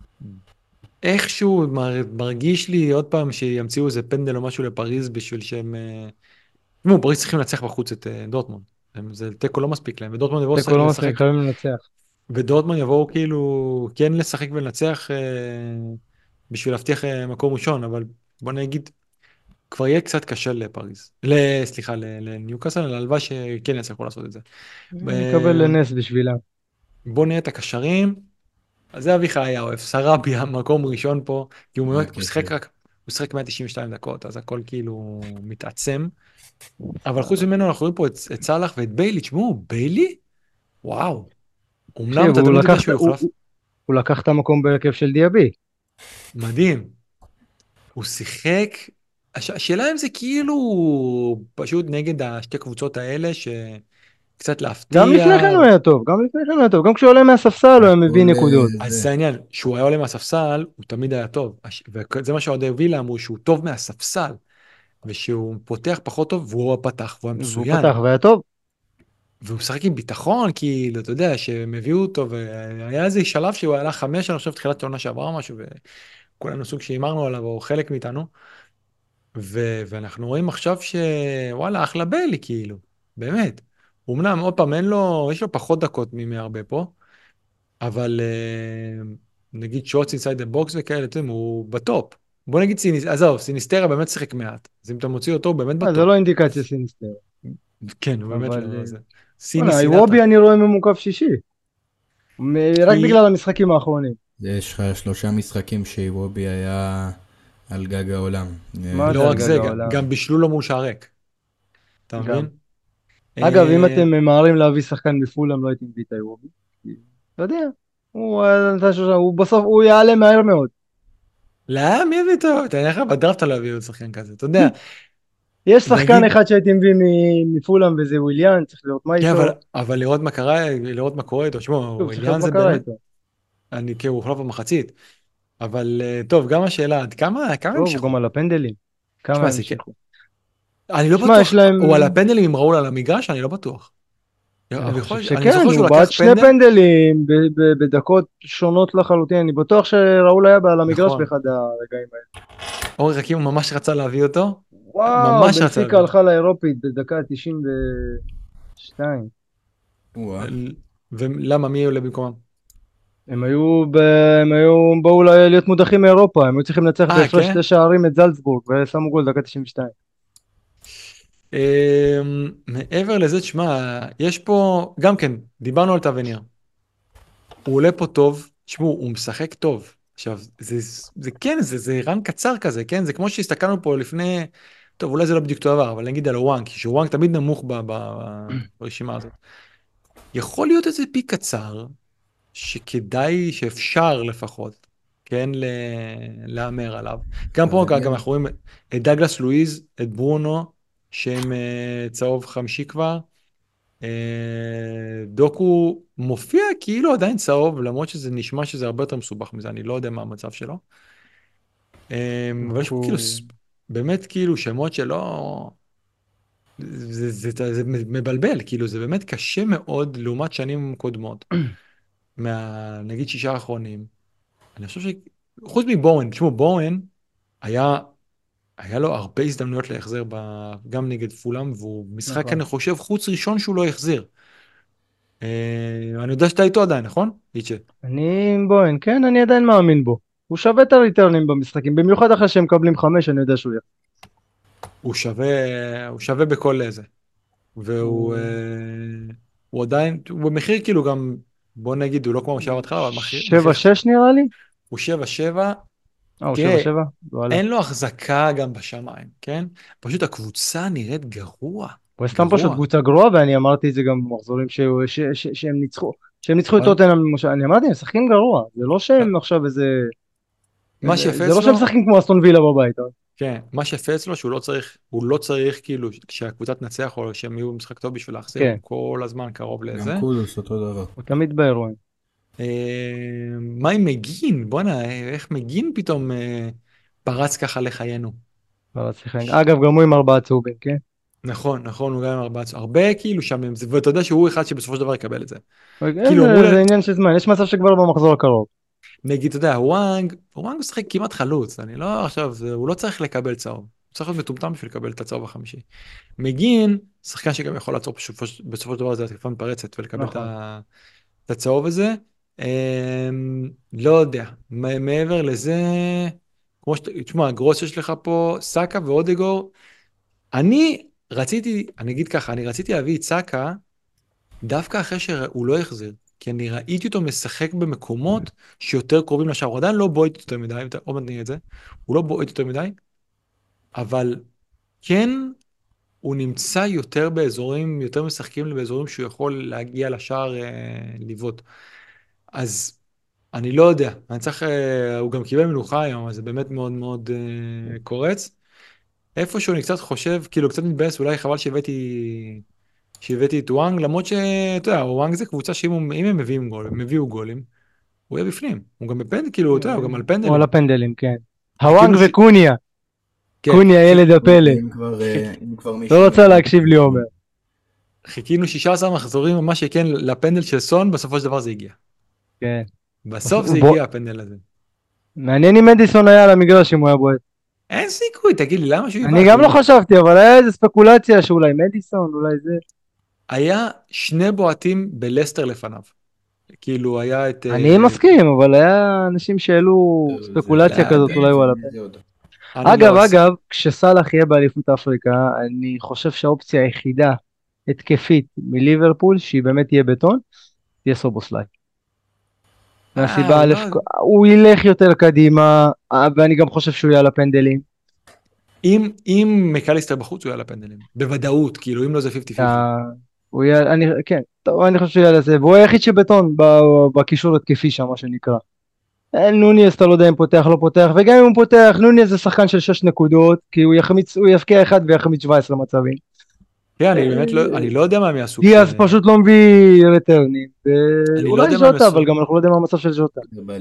איכשהו מרגיש לי עוד פעם שימציאו איזה פנדל או משהו לפריז בשביל שהם... פריז צריכים לנצח בחוץ את דורטמונד. זה תיקו לא מספיק להם, ודורטמונד יבואו תיקו לא מספיק, חייבים לנצח. ודורטמונד יבואו כאילו כן לשחק ולנצח בשביל להבטיח מקום ראשון, אבל בוא נגיד, כבר יהיה קצת קשה לפריז. סליחה, לניוקאסל, על הלוואי שכן יצליחו לעשות את זה. נקבל לנס בשבילה. בוא נראה את הקשרים. אז זה אביחי היה אוהב, סרבי המקום ראשון פה, כי הוא שחק 192 דקות, אז הכל כאילו מתעצם. אבל חוץ ממנו אנחנו רואים פה את סלאח ואת ביילי. תשמעו, ביילי? וואו. אומנם אתה תמיד יודע שהוא יוחלף. הוא לקח את המקום בהרכב של דיאבי. מדהים. הוא שיחק... השאלה אם זה כאילו פשוט נגד השתי קבוצות האלה שקצת להפתיע. גם לפני כן הוא היה טוב, גם כשהוא עולה מהספסל הוא מביא נקודות. אז זה העניין, שהוא היה עולה מהספסל הוא תמיד היה טוב, וזה מה שעוד וילה אמרו, שהוא טוב מהספסל, ושהוא פותח פחות טוב והוא פתח והוא מצוין. והוא פתח והיה טוב. והוא שחק עם ביטחון, כאילו, אתה יודע, שהם הביאו אותו, והיה איזה שלב שהוא עלה 5, אני חושב, תחילת העונה שעברה משהו, וכולנו סוג שאימרנו עליו, או חלק מאיתנו, ואנחנו רואים עכשיו שוואלה, אחלה ביילי, כאילו, באמת. אמנם, עוד פעם, יש לו פחות דקות מהרבה פה, אבל נגיד שוטס אינסייד הבוקס וכאלה, הוא בטופ. בוא נגיד עזוב, סיניסטרה באמת שיחק מעט, אז אם אתה מוציא אותו, הוא באמת בטופ. זה לא אינדיקציה סיניסטרה. כן, הוא באמת לא זה. איוובי אני רואה ממוקף שישי. רק בגלל המשחקים האחרונים. יש לך 3 משחקים שאיוובי היה על גג העולם. לא רק זה, גם בישלו לו מול שער ריק. אתה מבין? אגב, אם אתם ממהרים להביא שחקן מפולאם, לא הייתי מביא את איוובי. אתה יודע, הוא בסוף, הוא יעלה מהר מאוד. לא, מי הביא אותו? אתה יודע לך, בדראפט לא הביא עוד שחקן כזה, אתה יודע. יש שחקן אחד שהייתי מביא מפולאם וזה וויליאן, צריך לראות מה איתו. אבל לראות מה קורה איתו, שמו, וויליאן זה באמת, אני כאילו הוחלף במחצית. אבל טוב, גם השאלה, עד כמה המשיכו? גם על הפנדלים. כמה המשיכו? אני לא בטוח, או על הפנדלים עם ראול על המגרש, אני לא בטוח. אני חושב אני שכן, זוכר שהוא הוא בעט לקח שני פנדל, פנדלים בדקות שונות לחלוטין, אני בטוח שראול היה על המגרש נכון, באחד הרגעים האלה. אורי חכים ממש רצה להביא אותו, וואו, ממש רצה בנפיקה להביא אותו. הלכה לאירופית בדקה 92. וואה. ולמה, מי עולה במקומם? הם באו להיות מודחים מאירופה, הם היו צריכים לנצח בהפרש כן? 2 שערים את זלצבורג, ושמו גול דקה 92. מעבר לזה, תשמע, יש פה, גם כן, דיברנו על טווניר. הוא עולה פה טוב, תשמעו, הוא משחק טוב. עכשיו, זה כן, זה רן קצר כזה, כן? זה כמו שהסתכלנו פה לפני, טוב, אולי זה לא בדיוק אותו דבר, אבל נגיד על הוואנג, שוואנג תמיד נמוך ברשימה הזאת. יכול להיות איזה פיק קצר, שכדאי, שאפשר לפחות, כן, להמר עליו. גם פה, גם אנחנו רואים את דגלס לואיז, את ברונו, שהם צהוב חמישי כבר. דוקו מופיע כאילו עדיין צהוב, למרות שזה נשמע שזה הרבה יותר מסובך מזה, אני לא יודע מה המצב שלו. אבל יש פה כאילו, באמת כאילו שמות שלא... זה מבלבל, כאילו זה באמת קשה מאוד לעומת שנים קודמות. נגיד 6 האחרונים. אני חושב חוץ מבורן, תשמעו, בורן היה לו הרבה הזדמנויות להחזר גם נגד פולאם, והוא משחק, נכון. אני חושב, חוץ ראשון שהוא לא החזיר. אני יודע שאתה איתו עדיין, נכון? איצ'ה. בוין, כן, אני עדיין מאמין בו. הוא שווה את הריטרנים במשחקים, במיוחד אחרי שהם מקבלים 5, אני יודע שהוא יהיה. הוא שווה בכל איזה. והוא הוא עדיין, הוא במחיר כאילו גם, בוא נגיד, הוא לא כמו משאב התחלה, אבל מחיר... 7-6 נראה לי? הוא 7-7. הוא תראה, 7-7? וואלה. אין לו החזקה גם בשמיים, כן? פשוט הקבוצה נראית גרוע. וסטהאם פשוט קבוצה גרועה, ואני אמרתי את זה גם במחזורים שהם ניצחו. שהם ניצחו את טוטנהאם, אני אמרתי, הם משחקים גרוע. זה לא שהם עכשיו איזה... מה שיפה זה לא שהם אצלו, משחקים כמו אסטון וילה בבית. כן, מה שיפה אצלו שהוא לא צריך כאילו כשהקבוצה תנצח או שהם יהיו במשחק טוב בשביל להחזיר, כן. הוא כל הזמן קרוב לזה. גם קולוס אותו דבר. הוא תמיד באירועים. מה עם מגין? בוא'נה, איך מגין פתאום פרץ ככה לחיינו? אגב, גם הוא עם 4 צהובים, כן? נכון, הוא גם עם 4 הרבה כאילו שם, ואתה יודע שהוא אחד שבסופו של דבר יקבל את זה. זה עניין של זמן, יש מצב שכבר במחזור הקרוב. נגיד, אתה יודע, וואנג משחק כמעט חלוץ, אני לא עכשיו, הוא לא צריך לקבל צהוב, הוא צריך להיות מטומטם בשביל לקבל את הצהוב החמישי. מגין, שחקן שגם יכול לעצור בסופו של דבר זה התקפה מתפרצת ולקבל את הצהוב הזה. לא יודע, מעבר לזה, כמו תשמע, גרוס יש לך פה, סאקה ואודגור, אני אגיד ככה, אני רציתי להביא את סאקה, דווקא אחרי שהוא לא יחזיר, כי אני ראיתי אותו משחק במקומות שיותר קרובים לשער, הוא עדיין לא בועט יותר מדי, או מתניע את זה, הוא לא בועט יותר מדי, אבל כן, הוא נמצא יותר באזורים, יותר משחקים באזורים שהוא יכול להגיע לשער לבעוט. אז אני לא יודע, אני צריך, הוא גם קיבל מנוחה היום, אז זה באמת מאוד מאוד קורץ. איפשהו אני קצת חושב, כאילו קצת מתבאס, אולי חבל שהבאתי את וואנג, למרות שאתה יודע, וואנג זה קבוצה שאם הם הביאו גולים, הוא יהיה בפנים. הוא גם בפנדל, כאילו, אתה יודע, הוא גם על פנדלים. הוא על הפנדלים, כן. הוואנג וקוניה. כן. קוניה, ילד הפלא. לא רוצה להקשיב לי אומר. חיכינו 16 מחזורים, מה שכן, לפנדל של סון, בסופו של דבר זה הגיע. כן. בסוף זה הגיע הפנדל הזה. מעניין אם מדיסון היה על המגרש אם הוא היה בועט. אין סיכוי, תגיד לי, למה שהוא יבעט? אני גם לא חשבתי, אבל היה איזו ספקולציה שאולי מדיסון, אולי זה. היה 2 בועטים בלסטר לפניו. כאילו היה את... אני מסכים, אבל היה אנשים שהעלו ספקולציה כזאת, אולי הוא על הפנדל. אגב, כשסלאח יהיה באליפות אפריקה, אני חושב שהאופציה היחידה התקפית מליברפול, שהיא באמת תהיה בטון, תהיה סובוסליי. מהסיבה א', הוא ילך יותר קדימה, ואני גם חושב שהוא יהיה על הפנדלים. אם מקליסטר בחוץ הוא יהיה על הפנדלים, בוודאות, כאילו אם לא זה 50-50. כן, אני חושב שהוא יהיה על זה, והוא היחיד שבטון בקישור התקפי שם, מה שנקרא. נוניס אתה לא יודע אם פותח לא פותח, וגם אם הוא פותח, נוניס זה שחקן של 6 נקודות, כי הוא יפקיע 1 ויחמיץ 17 מצבים. כן, אני באמת לא יודע מה הם יעשו. דיאז פשוט לא מביא רטרנים, אולי ז'וטה, אבל גם אנחנו לא יודעים מה המצב של ז'וטה.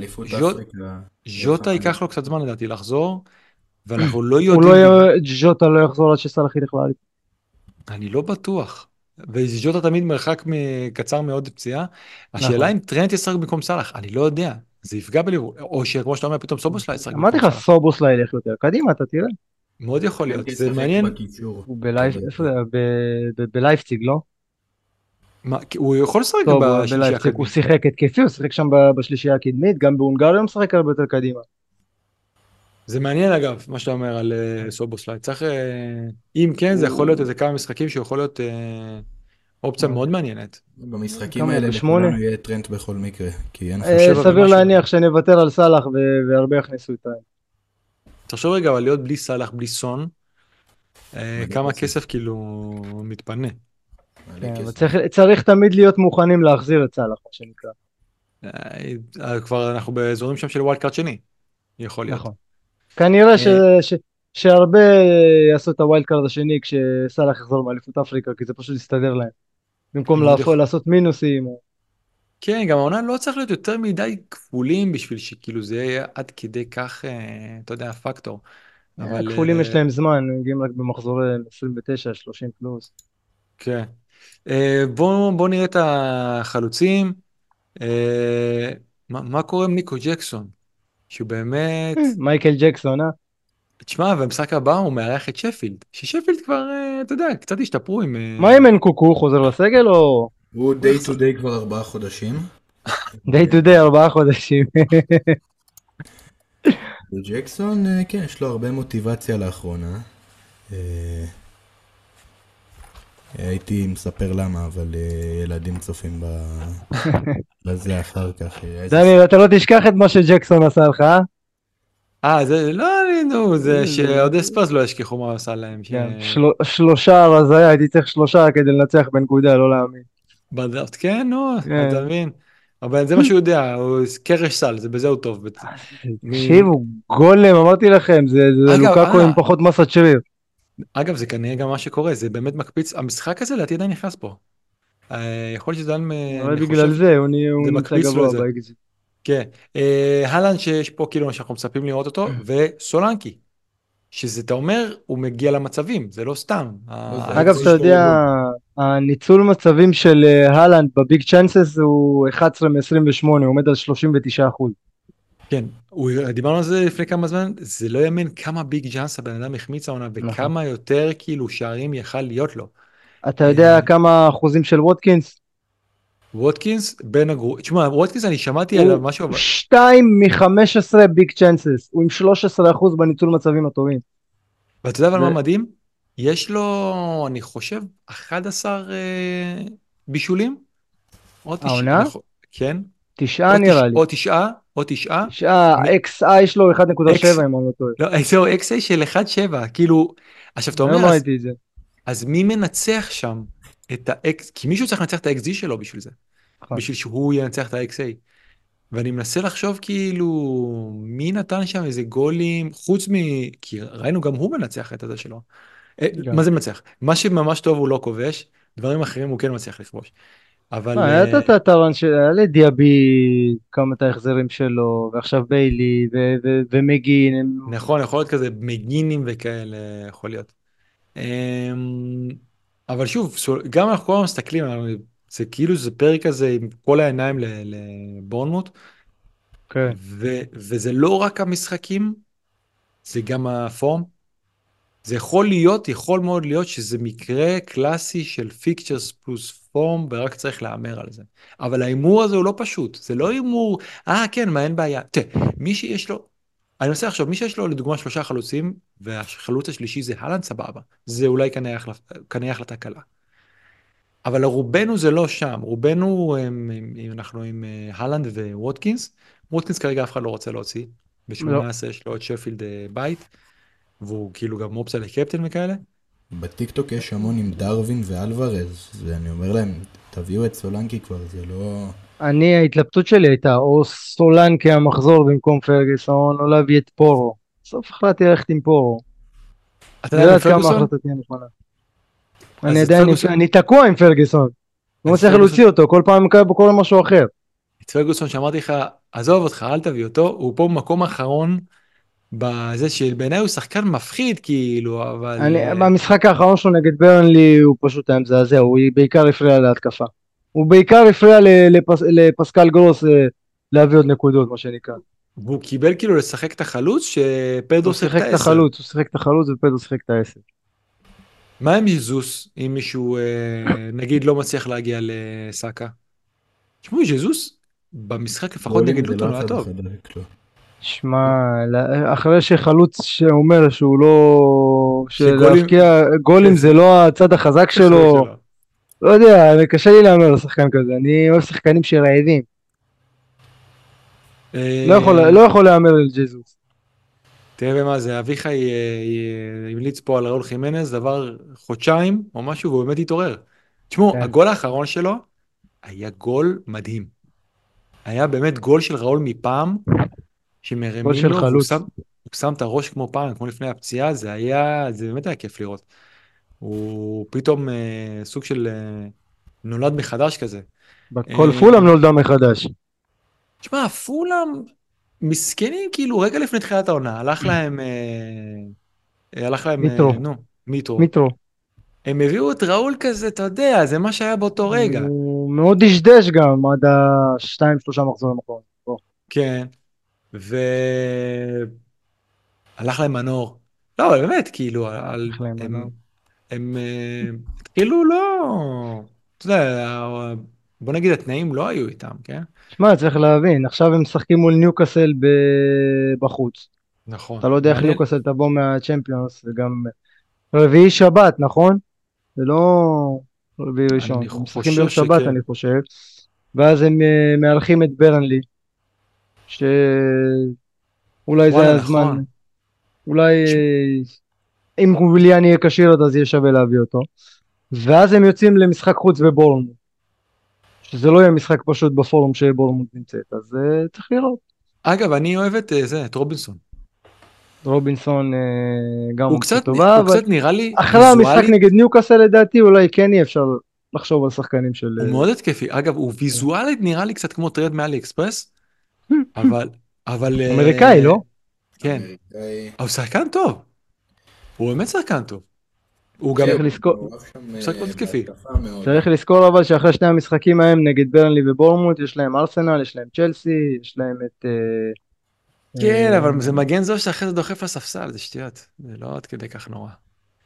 ז'וטה ייקח לו קצת זמן לדעתי לחזור, ואנחנו לא יודעים... ז'וטה לא יחזור עד שסלאח ילך לאליפות. אני לא בטוח. וז'וטה תמיד מרחק קצר מאוד פציעה. השאלה נכון. אם טרנט ישחק במקום סלאח, אני לא יודע. זה יפגע בליבור, או שכמו שאתה אומר, פתאום סובוסליי ישחק אמרתי במקום לך סלאח. סובוסליי ילך יותר, קדימה אתה תראה. מאוד יכול להיות, טרנט זה ישחק מעניין. בקישור. הוא איפה זה? בלייפציג, לא? הוא יכול לשחק גם טוב, בשלישי בלייפציג הוא הקדמי. שיחק התקפי, הוא שיחק שם בשלישייה הקדמית, גם בהונגריה הוא משחק הרבה יותר קדימה. זה מעניין אגב, מה שאתה אומר על סובוסליי. צריך, אם כן, זה יכול להיות איזה כמה משחקים שיכול להיות אופציה מאוד מעניינת. במשחקים כמה, האלה בשמונה? לכולנו יהיה טרנט בכל מקרה, כי אין לך... שבע סביר ומשהו. להניח שנוותר על סאלח והרבה יכניסו את תחשוב רגע, אבל להיות בלי סלאח, בלי סון, מלא כמה כסף. כסף כאילו מתפנה. מלא אבל כסף. צריך תמיד להיות מוכנים להחזיר את סאלח, מה שנקרא. כבר אנחנו באזורים שם של ווילד קארד שני, יכול להיות. נכון. כנראה אה, שהרבה יעשו את הווילד קארד השני כשסאלח יחזור מאליפות אפריקה, כי זה פשוט יסתדר להם. במקום מאוד יכול. לעשות מינוסים. כן, גם העונה לא צריך להיות יותר מדי כפולים בשביל שכאילו זה יהיה עד כדי כך, אתה יודע, פקטור. אבל הכפולים יש להם זמן, הם מגיעים רק במחזורי 29, 30 פלוס. כן. בוא נראה את החלוצים. מה קורה עם ניקו ג'קסון? שהוא באמת, מייקל ג'קסון, תשמע, במשחק הבא הוא מארח את שפילד, ששפילד כבר, אתה יודע, קצת השתפרו עם... מה אם אין קוקו, חוזר לסגל או... הוא דיי טו דיי כבר 4 חודשים. די טו די 4 חודשים. וג'קסון, כן, יש לו הרבה מוטיבציה לאחרונה. הייתי מספר למה, אבל ילדים צופים בזה אחר כך. דני, אתה לא תשכח את מה שג'קסון עשה לך, זה לא, נו, זה שעוד ספרס לא ישכחו מה הוא עשה להם. כן, 3 הזיה, הייתי צריך 3 כדי לנצח בנקודה, לא להאמין. בדראפט, כן, נו, כן. אתה מבין. אבל זה מה שהוא יודע, הוא קרש סל, זה בזה הוא טוב. תקשיבו, גולם, אמרתי לכם, זה אגב, לוקאקו עם פחות מסת שריר. אגב, זה כנראה גם מה שקורה, זה באמת מקפיץ, המשחק הזה לדעתי עדיין נכנס פה. יכול להיות שזה עדיין, אולי אני בגלל חושב, זה, הוא זה נמצא מקפיץ לו גבוה את זה. באקזיט. כן, הלנד שיש פה כאילו שאנחנו מצפים לראות אותו, וסולנקי, שזה אתה אומר, הוא מגיע למצבים, זה לא סתם. אגב, אתה יודע, הניצול מצבים של הלנד בביג צ'אנסס הוא 11 מ-28, הוא עומד על 39%. כן, דיברנו על זה לפני כמה זמן, זה לא יאמן כמה ביג צ'אנס הבן אדם החמיץ העונה, וכמה יותר כאילו שערים יכל להיות לו. אתה יודע כמה אחוזים של ווטקינס? ווטקינס בין תשמע, ווטקינס אני שמעתי עליו משהו... הוא 2 מ-15 ביג צ'אנסס, הוא עם 13% בניצול מצבים הטובים. ואתה יודע אבל מה מדהים? יש לו, אני חושב, 11 בישולים? העונה? כן. 9 נראה לי. או 9. XI יש לו 1.7 אם אני לא טועה. לא, זהו XI של 1.7, כאילו, עכשיו אתה אומר, אז מי מנצח שם את ה-X, כי מישהו צריך לנצח את ה-XG שלו בשביל זה, בשביל שהוא ינצח את ה-XA. ואני מנסה לחשוב כאילו, מי נתן שם איזה גולים, חוץ כי ראינו גם הוא מנצח את הזה שלו. מה זה מנצח? מה שממש טוב הוא לא כובש, דברים אחרים הוא כן מצליח לכבוש. אבל... היה את הטרן שהיה לדיאבי כמה את ההחזרים שלו, ועכשיו ביילי ומגין. נכון, יכול להיות כזה מגינים וכאלה, יכול להיות. אבל שוב, גם אנחנו כל הזמן מסתכלים, זה כאילו זה פרק כזה עם כל העיניים לבורנמוט, וזה לא רק המשחקים, זה גם הפורם. זה יכול מאוד להיות שזה מקרה קלאסי של פיקצ'רס פלוס פורם, ורק צריך לאמר על זה. אבל האימור הזה הוא לא פשוט, זה לא אימור, כן, מה אין בעיה. תראה, מי שיש לו, אני מנסה לחשוב, מי שיש לו לדוגמה 3 חלוצים, והחלוץ השלישי זה הלנד, סבבה. זה אולי כנראה החלטה קלה. אבל רובנו זה לא שם, רובנו אנחנו עם הלנד וווטקינס, ווטקינס כרגע אף אחד לא רוצה להוציא, ב-18 יש לו את שפילד בית, והוא כאילו גם אופציה לקפטן וכאלה. בטיקטוק יש המון עם דרווין ואלוורז, ואני אומר להם, תביאו את סולנקי כבר, זה לא... ההתלבטות שלי הייתה, או סולנקי המחזור במקום פרגוסון, או להביא את פורו. בסוף החלטתי ללכת עם פורו. אתה יודע כמה החלטה תהיה נכונה. אני תקוע עם פרגוסון. לא מצליח להוציא אותו, כל פעם קורה משהו אחר. את פרגוסון שאמרתי לך, עזוב אותך, אל תביא אותו, הוא פה במקום האחרון בזה שבעיניי הוא שחקן מפחיד, כאילו, אבל... במשחק האחרון שלו נגד ברנלי הוא פשוט היה מזעזע, הוא בעיקר הפריע להתקפה. הוא בעיקר הפריע לפסקל גרוס להביא עוד נקודות, מה שנקרא. והוא קיבל כאילו לשחק את החלוץ, שפדרו הוא שיחק את ה-10. הוא שיחק את החלוץ ופדרו שיחק את ה-10. מה עם ז'זוס, אם מישהו, נגיד, לא מצליח להגיע לסאקה? תשמעו, ז'זוס, במשחק לפחות גולים נגד זה לוטון לא היה הצד טוב. החזק שלו. שמע, אחרי שחלוץ שאומר שהוא לא... שגולים- שלהבקיע גולים זה לא הצד החזק שלו, לא יודע, קשה לי להאמר לשחקן כזה, אני אוהב שחקנים שרעבים, לא יכול להאמר על ג'זוס. תראה במה זה, אביחי המליץ פה על ראול חימנז, דבר חודשיים או משהו, והוא באמת התעורר. תשמעו, כן. הגול האחרון שלו היה גול מדהים. היה באמת גול של ראול מפעם, גול שמרמים של לו, חלוץ. הוא שם את הראש כמו פעם, כמו לפני הפציעה, זה באמת היה כיף לראות. הוא פתאום סוג של נולד מחדש כזה. כל פולאם נולדה מחדש. תשמע, פולאם מסכנים, כאילו, רגע לפני תחילת העונה, הלך להם, מיטרו. מיטרו. הם הביאו את ראול כזה, אתה יודע, זה מה שהיה באותו רגע. הוא מאוד דשדש גם עד ה2-3 מחזורים אחרונים. כן, הלך להם מנור. לא, אבל באמת, כאילו, הלך להם מנור. הם כאילו לא, אתה יודע, בוא נגיד התנאים לא היו איתם, כן? שמע, צריך להבין, עכשיו הם משחקים מול ניוקאסל בחוץ. נכון. אתה לא יודע איך מעניין. ניוקאסל תבוא מהצ'מפיונס, וגם רביעי שבת, נכון? זה לא רביעי ראשון, אני הם משחקים חושב ביום שבת שכן. אני חושב, ואז הם מארחים את ברנלי, שאולי זה וואלה, הזמן, נכון. אולי ש- אם וויליאן יהיה כשיר אז יהיה שווה להביא אותו, ואז הם יוצאים למשחק חוץ בבורנמוט, שזה לא יהיה משחק פשוט בפורום שבורנמוט נמצאת, אז צריך לראות. אגב, אני אוהב את רובינסון. רובינסון גם הוא אופציה קצת, טובה, הוא אבל קצת נראה לי אחרי המשחק ויזואלית, נגד ניוקאסל לדעתי אולי כן יהיה אפשר לחשוב על שחקנים של... הוא מאוד התקפי. אגב, הוא ויזואלית נראה לי קצת כמו טרד מאלי אקספרס, אבל... אמריקאי, לא? כן. אמריקאי. הוא שחקן טוב. הוא באמת שחקן טוב. הוא גם... צריך לזכור, מעורב שם, משחק מאוד התקפי. בהתקפה מאוד. צריך לזכור אבל שאחרי שני המשחקים ההם נגד ברנלי ובורנמוט יש להם ארסנל, יש להם צ'לסי, יש להם את... כן, אבל זה מגן זו שאחרי זה דוחף לספסל, זה שטויות. זה לא עד כדי כך נורא.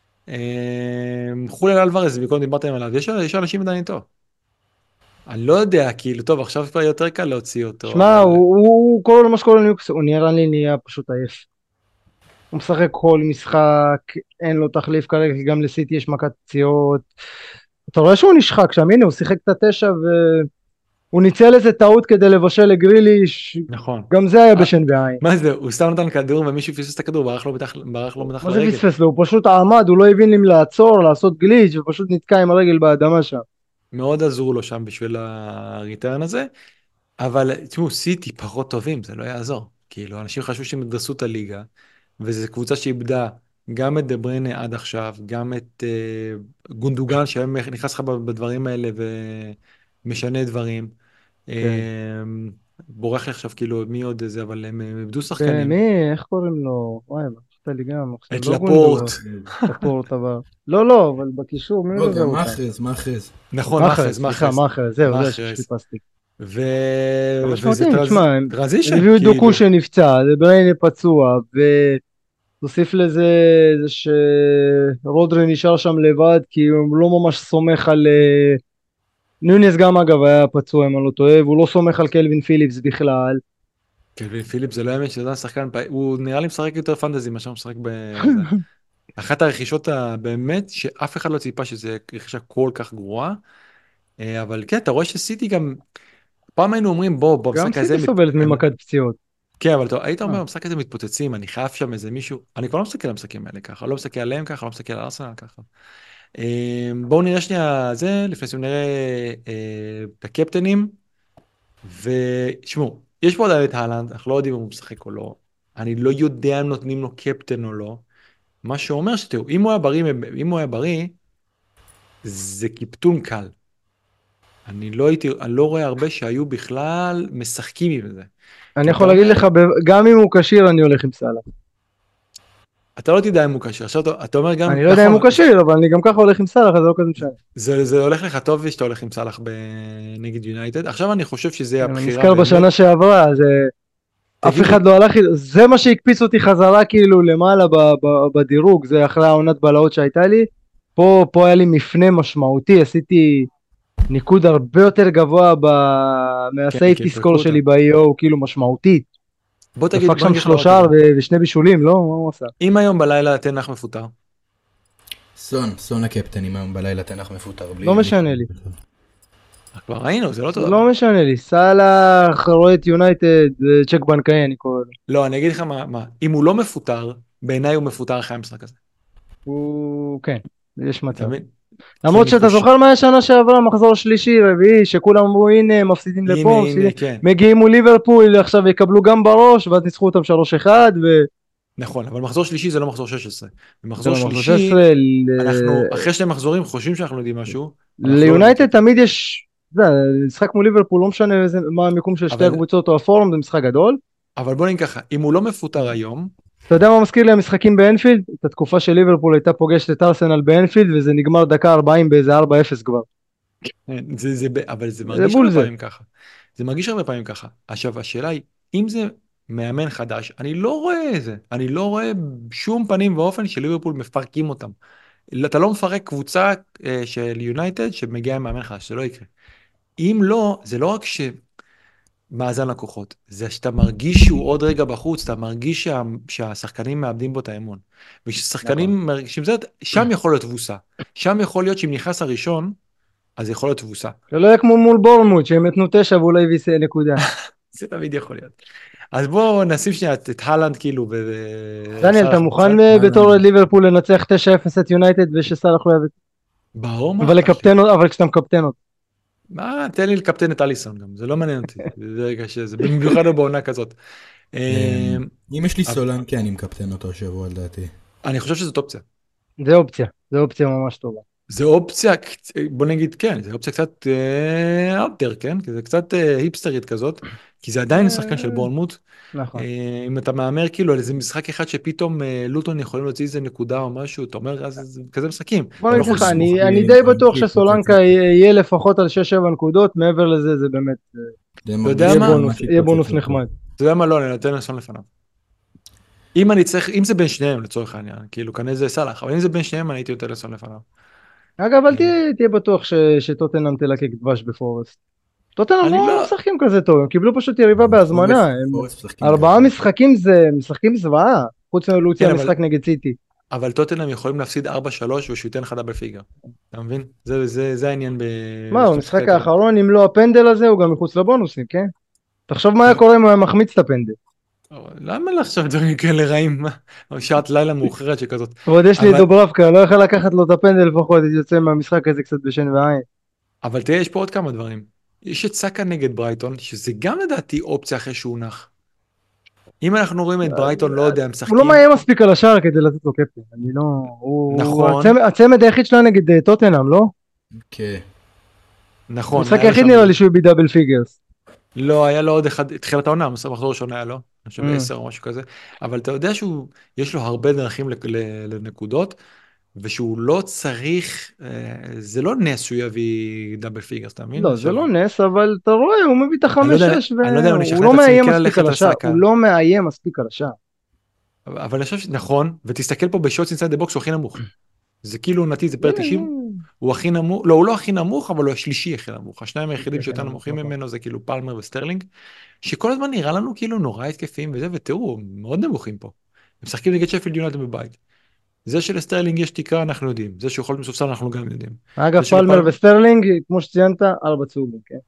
חוליאן אלוורז, במקום דיברתם עליו, יש אנשים עדיין איתו. אני לא יודע, כאילו, טוב, עכשיו כבר יותר קל להוציא אותו. שמע, אבל- הוא כל מה שקורה לניוקאסל, הוא נהיה פשוט עייף. הוא משחק כל משחק, אין לו תחליף כרגע, כי גם לסיטי יש מכת פציעות. אתה רואה שהוא נשחק שם, הנה הוא שיחק את ה9 והוא ניצל איזה טעות כדי לבשל לגריליש, נכון. גם זה היה בשן בעין. מה זה, הוא סתם נתן כדור ומישהו פספס את הכדור, ברח לו מתחת מה זה לרגל. פספס לו? הוא פשוט עמד, הוא לא הבין אם לעצור, לעשות גליץ' ופשוט נתקע עם הרגל באדמה שם. מאוד עזרו לו שם בשביל הריטרן הזה, אבל תשמעו, סיטי פחות טובים, זה לא יעזור. כאילו, אנשים חשבו שהם ידרסו את הליגה, וזו קבוצה שאיבדה גם את דה בריינה עד עכשיו, גם את גונדוגן שהיום נכנס לך בדברים האלה ומשנה דברים. בורח לי עכשיו כאילו מי עוד איזה, אבל הם איבדו שחקנים. מי, איך קוראים לו? וואי, מה לי גם עכשיו, את לא לפורט. לפורט אבל. לא, אבל בקישור, מי לא, זה גם אותם? מאחז. נכון, מאחז, זהו, זה מאחז. שחיפשתי. וזה תשמע, הם טרנזישן, הביאו את כאילו. דוקו שנפצע, זה בריינה פצוע, ותוסיף לזה זה שרודרי נשאר שם לבד, כי הוא לא ממש סומך על... נוניס גם אגב היה פצוע אם אני לא טועה, והוא לא סומך על קלווין פיליפס בכלל. קלווין פיליפ זה לא האמת שזה שחקן, הוא נראה לי משחק יותר פנטזי מאשר משחק אחת הרכישות באמת שאף אחד לא ציפה שזה רכישה כל כך גרועה, אבל כן, אתה רואה שסיטי גם, פעם היינו אומרים בוא, גם משחק הזה, סיטי סובלת ממכת פציעות. כן, אבל היית אומר, משחק הזה מתפוצצים, אני חייב שם איזה מישהו, אני כבר לא מסתכל על המשחקים האלה ככה, לא מסתכל עליהם ככה, לא מסתכל על ארסנל ככה. בואו נראה שנייה זה, לפני שנראה את הקפטנים, ושמעו, יש פה עדיין את הלנד, אנחנו לא יודעים אם הוא משחק או לא, אני לא יודע אם נותנים לו קפטן או לא, מה שאומר שתראו, אם הוא היה בריא, זה קיפטון קל. אני לא רואה הרבה שהיו בכלל משחקים עם זה. אני יכול להגיד לך, גם אם הוא כשיר אני הולך עם סאלח. אתה לא תדע אם הוא קשה. עכשיו אתה אומר גם... אני לא יודע אם הוא כשיר, אבל אני גם ככה הולך עם סלאח, אז זה לא כזה משנה. זה הולך לך טוב שאתה הולך עם סלאח נגד יונייטד. עכשיו אני חושב שזה אני הבחירה. נזכר בשנה שעברה, אף אחד לא הלך, זה מה שהקפיץ אותי חזרה כאילו למעלה בדירוג, זה אחרי העונת בלהות שהייתה לי. פה היה לי מפנה משמעותי, עשיתי ניקוד הרבה יותר גבוה מהסייפטי סקור שלי ב-EO, כאילו משמעותית. בוא תגיד, דפק שם 3 ושני בישולים, לא? מה הוא עשה? אם היום בלילה תנח מפוטר? סון הקפטן, אם היום בלילה תנח מפוטר. לא משנה לי. כבר ראינו, זה לא טוב. לא משנה לי, סלאח רואה את יונייטד, צ'ק בנקאי אני קורא לו. לא, אני אגיד לך מה, אם הוא לא מפוטר, בעיניי הוא מפוטר אחרי המשחק הזה. הוא, כן, יש מצב. תמיד. למרות שאתה זוכר מה השנה שעברה, מחזור שלישי, רביעי, שכולם אמרו הנה מפסידים לפה, מגיעים מול ליברפול, עכשיו יקבלו גם בראש, ואז ניצחו אותם 3-1 נכון, אבל מחזור שלישי זה לא מחזור 16. במחזור זה לא מחזור שלישי, 16, אנחנו אחרי שני מחזורים חושבים שאנחנו יודעים משהו. ליונייטד תמיד יש, זה משחק מול ליברפול, לא משנה מה המיקום של שתי הקבוצות או הפורום, זה משחק גדול. אבל בוא נגיד ככה, אם הוא לא מפוטר היום, אתה יודע מה מזכיר לי המשחקים באנפילד? את התקופה של ליברפול הייתה פוגשת את ארסנל באנפילד וזה נגמר דקה 40 באיזה 4-0 כבר. אבל זה מרגיש הרבה פעמים ככה. זה מרגיש הרבה פעמים ככה. עכשיו השאלה היא, אם זה מאמן חדש, אני לא רואה את זה. אני לא רואה שום פנים ואופן של ליברפול מפרקים אותם. אתה לא מפרק קבוצה של יונייטד שמגיעה עם מאמן חדש, זה לא יקרה. אם לא, זה לא רק מאזן לקוחות, זה שאתה מרגיש שהוא עוד רגע בחוץ, אתה מרגיש שהשחקנים מאבדים בו את האמון. וששחקנים מרגישים זה, שם יכול להיות תבוסה. שם יכול להיות שאם נכנס הראשון, אז יכול להיות תבוסה. זה לא יהיה כמו מול בורנמוט, שהם יתנו 9 ואולי ויסה נקודה. זה תמיד יכול להיות. אז בואו נשים שנייה את הלנד כאילו. דניאל, אתה מוכן בתור ליברפול לנצח 9-0 את יונייטד ושסלאח לא יביא? ברור. אבל כשאתה מקפטן אותו. מה, תן לי לקפטן את אליסון גם, זה לא מעניין אותי, זה קשה, זה במיוחד לא בעונה כזאת. אם יש לי סולנקה, אני מקפטן אותו שבוע לדעתי. אני חושב שזאת אופציה. זה אופציה ממש טובה. זה אופציה, בוא נגיד כן, זה אופציה קצת אאוטר, כן? כי זה קצת היפסטרית כזאת, כי זה עדיין שחקן של בורנמוט. נכון. אם אתה מאמר כאילו על איזה משחק אחד שפתאום לוטון יכולים להוציא איזה נקודה או משהו, אתה אומר, אז זה כזה משחקים. בוא נגיד לך, אני די בטוח שסולנקה יהיה לפחות על 6-7 נקודות, מעבר לזה זה באמת, יהיה בונוס נחמד. אתה יודע מה לא, אני נותן לסון לפניו. אם אני צריך, אם זה בין שניהם לצורך העניין, כאילו כנראה זה סלאח, אבל אם זה בין שניהם אני הייתי יותר לסון לפניו. אגב, אל תהיה בטוח שטוטנהאם תלקק דבש בפורסט. טוטנהאם לא משחקים כזה טוב, הם קיבלו פשוט יריבה בהזמנה. 4 משחקים זה משחקים זוועה, חוץ מלהוציא המשחק נגד סיטי. אבל טוטנהאם יכולים להפסיד 4-3 ושהוא ייתן לך דאבל פיגר. אתה מבין? זה העניין מה, במשחק האחרון, אם לא הפנדל הזה, הוא גם מחוץ לבונוסים, כן? תחשוב מה היה קורה אם הוא היה מחמיץ את הפנדל. למה לחשוב דברים כאלה רעים? שעת לילה מאוחרת שכזאת. ועוד יש לי את דוברבקה, לא יכול לקחת לו את הפנדל לפחות, יוצא מהמשחק הזה קצת בשן ועין. אבל תראה, יש פה עוד כמה דברים. יש את סאקה נגד ברייטון, שזה גם לדעתי אופציה אחרי שהוא נח. אם אנחנו רואים את ברייטון, לא יודע, משחקים... הוא לא מאיים מספיק על השער כדי לתת לו קפטן. אני לא... נכון. הצמד היחיד שלה נגד טוטנהאם, לא? כן. נכון. המשחק היחיד נראה לי שהוא בדאבל פיגרס. לא, היה לו עוד אחד, תחילת העונה, מחזור ראשון היה לו, אני חושב 10 או משהו כזה, אבל אתה יודע שיש לו הרבה דרכים לנקודות, ושהוא לא צריך, זה לא נס שהוא יביא דאבל פיגרס, אתה מבין? לא, זה לא נס, אבל אתה רואה, הוא מביא את ה-5-6, והוא לא מאיים מספיק על השער, הוא לא מאיים מספיק על השער. אבל אני חושב שנכון, ותסתכל פה בשוטס אינסייד דה בוקס, הוא הכי נמוך. זה כאילו נתי, זה פר 90, הוא הכי נמוך, לא, הוא לא הכי נמוך, אבל הוא השלישי הכי נמוך. השניים היחידים שיותר נמוכים ממנו זה כאילו פלמר וסטרלינג, שכל הזמן נראה לנו כאילו נורא התקפים וזה, ותראו, מאוד נמוכים פה. הם משחקים נגד שפילד יונייטד בבית. זה שלסטרלינג יש תקרה, אנחנו יודעים. זה שיכול להיות מסופסל, אנחנו גם יודעים. אגב, פלמר וסטרלינג, כמו שציינת, 4 צהובים, כן?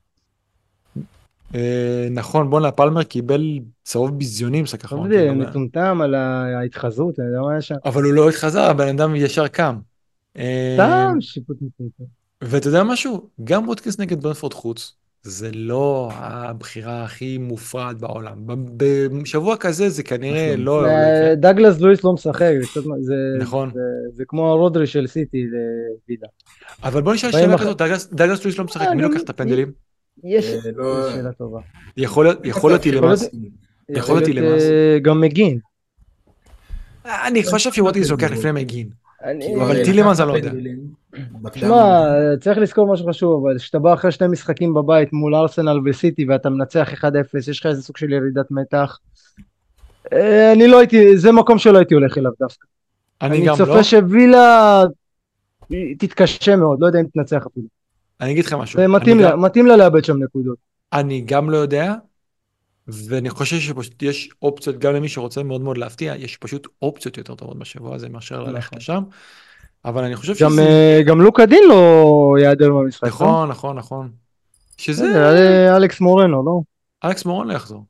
נכון, בוא פלמר קיבל צהוב ביזיונים, סקחון. מטומטם על ההתחזות, אני יודע מה יש שם. אבל הוא לא התחזר, הבן אדם ישר קם. סתם שיפוט מטומטם. ואתה יודע משהו? גם ווטקינס נגד ברנפורד חוץ, זה לא הבחירה הכי מופרעת בעולם. בשבוע כזה זה כנראה לא... דאגלס לואיס לא משחק, נכון. זה כמו הרודרי של סיטי לוידה. אבל בוא נשאל שאלה כזאת, דאגלס לואיס לא משחק, מי לוקח את הפנדלים? יש שאלה טובה. יכול להיות אילמאס. גם מגין. אני חושב שווטקינס לוקח לפני מגין. כי הוא אני... אבל הרי טילמנס לקח אני לא יודע. פנדלים בקדם שמע, העונה. צריך לזכור משהו חשוב, אבל כשאתה בא אחרי 2 משחקים בבית מול ארסנל וסיטי ואתה מנצח 1-0, יש לך איזה סוג של ירידת מתח. אני לא הייתי, זה מקום שלא הייתי הולך אליו דווקא. אני אני גם צופה לא. שווילה תתקשה מאוד, לא יודע אם תנצח אפילו. אני אגיד לך משהו. ומתאים לה לאבד שם נקודות. אני גם לא יודע, ואני חושב שפשוט יש אופציות, גם למי שרוצה מאוד מאוד להפתיע, יש פשוט אופציות יותר טובות בשבוע הזה מאשר ללכת נכון. לשם. אבל אני חושב גם, שזה יהיה... גם לוקה דין לא יעדר במשחק, לא? נכון, נכון, נכון. שזה... בסדר, היה אלכס מורנו, לא? אלכס מורון לא יחזור.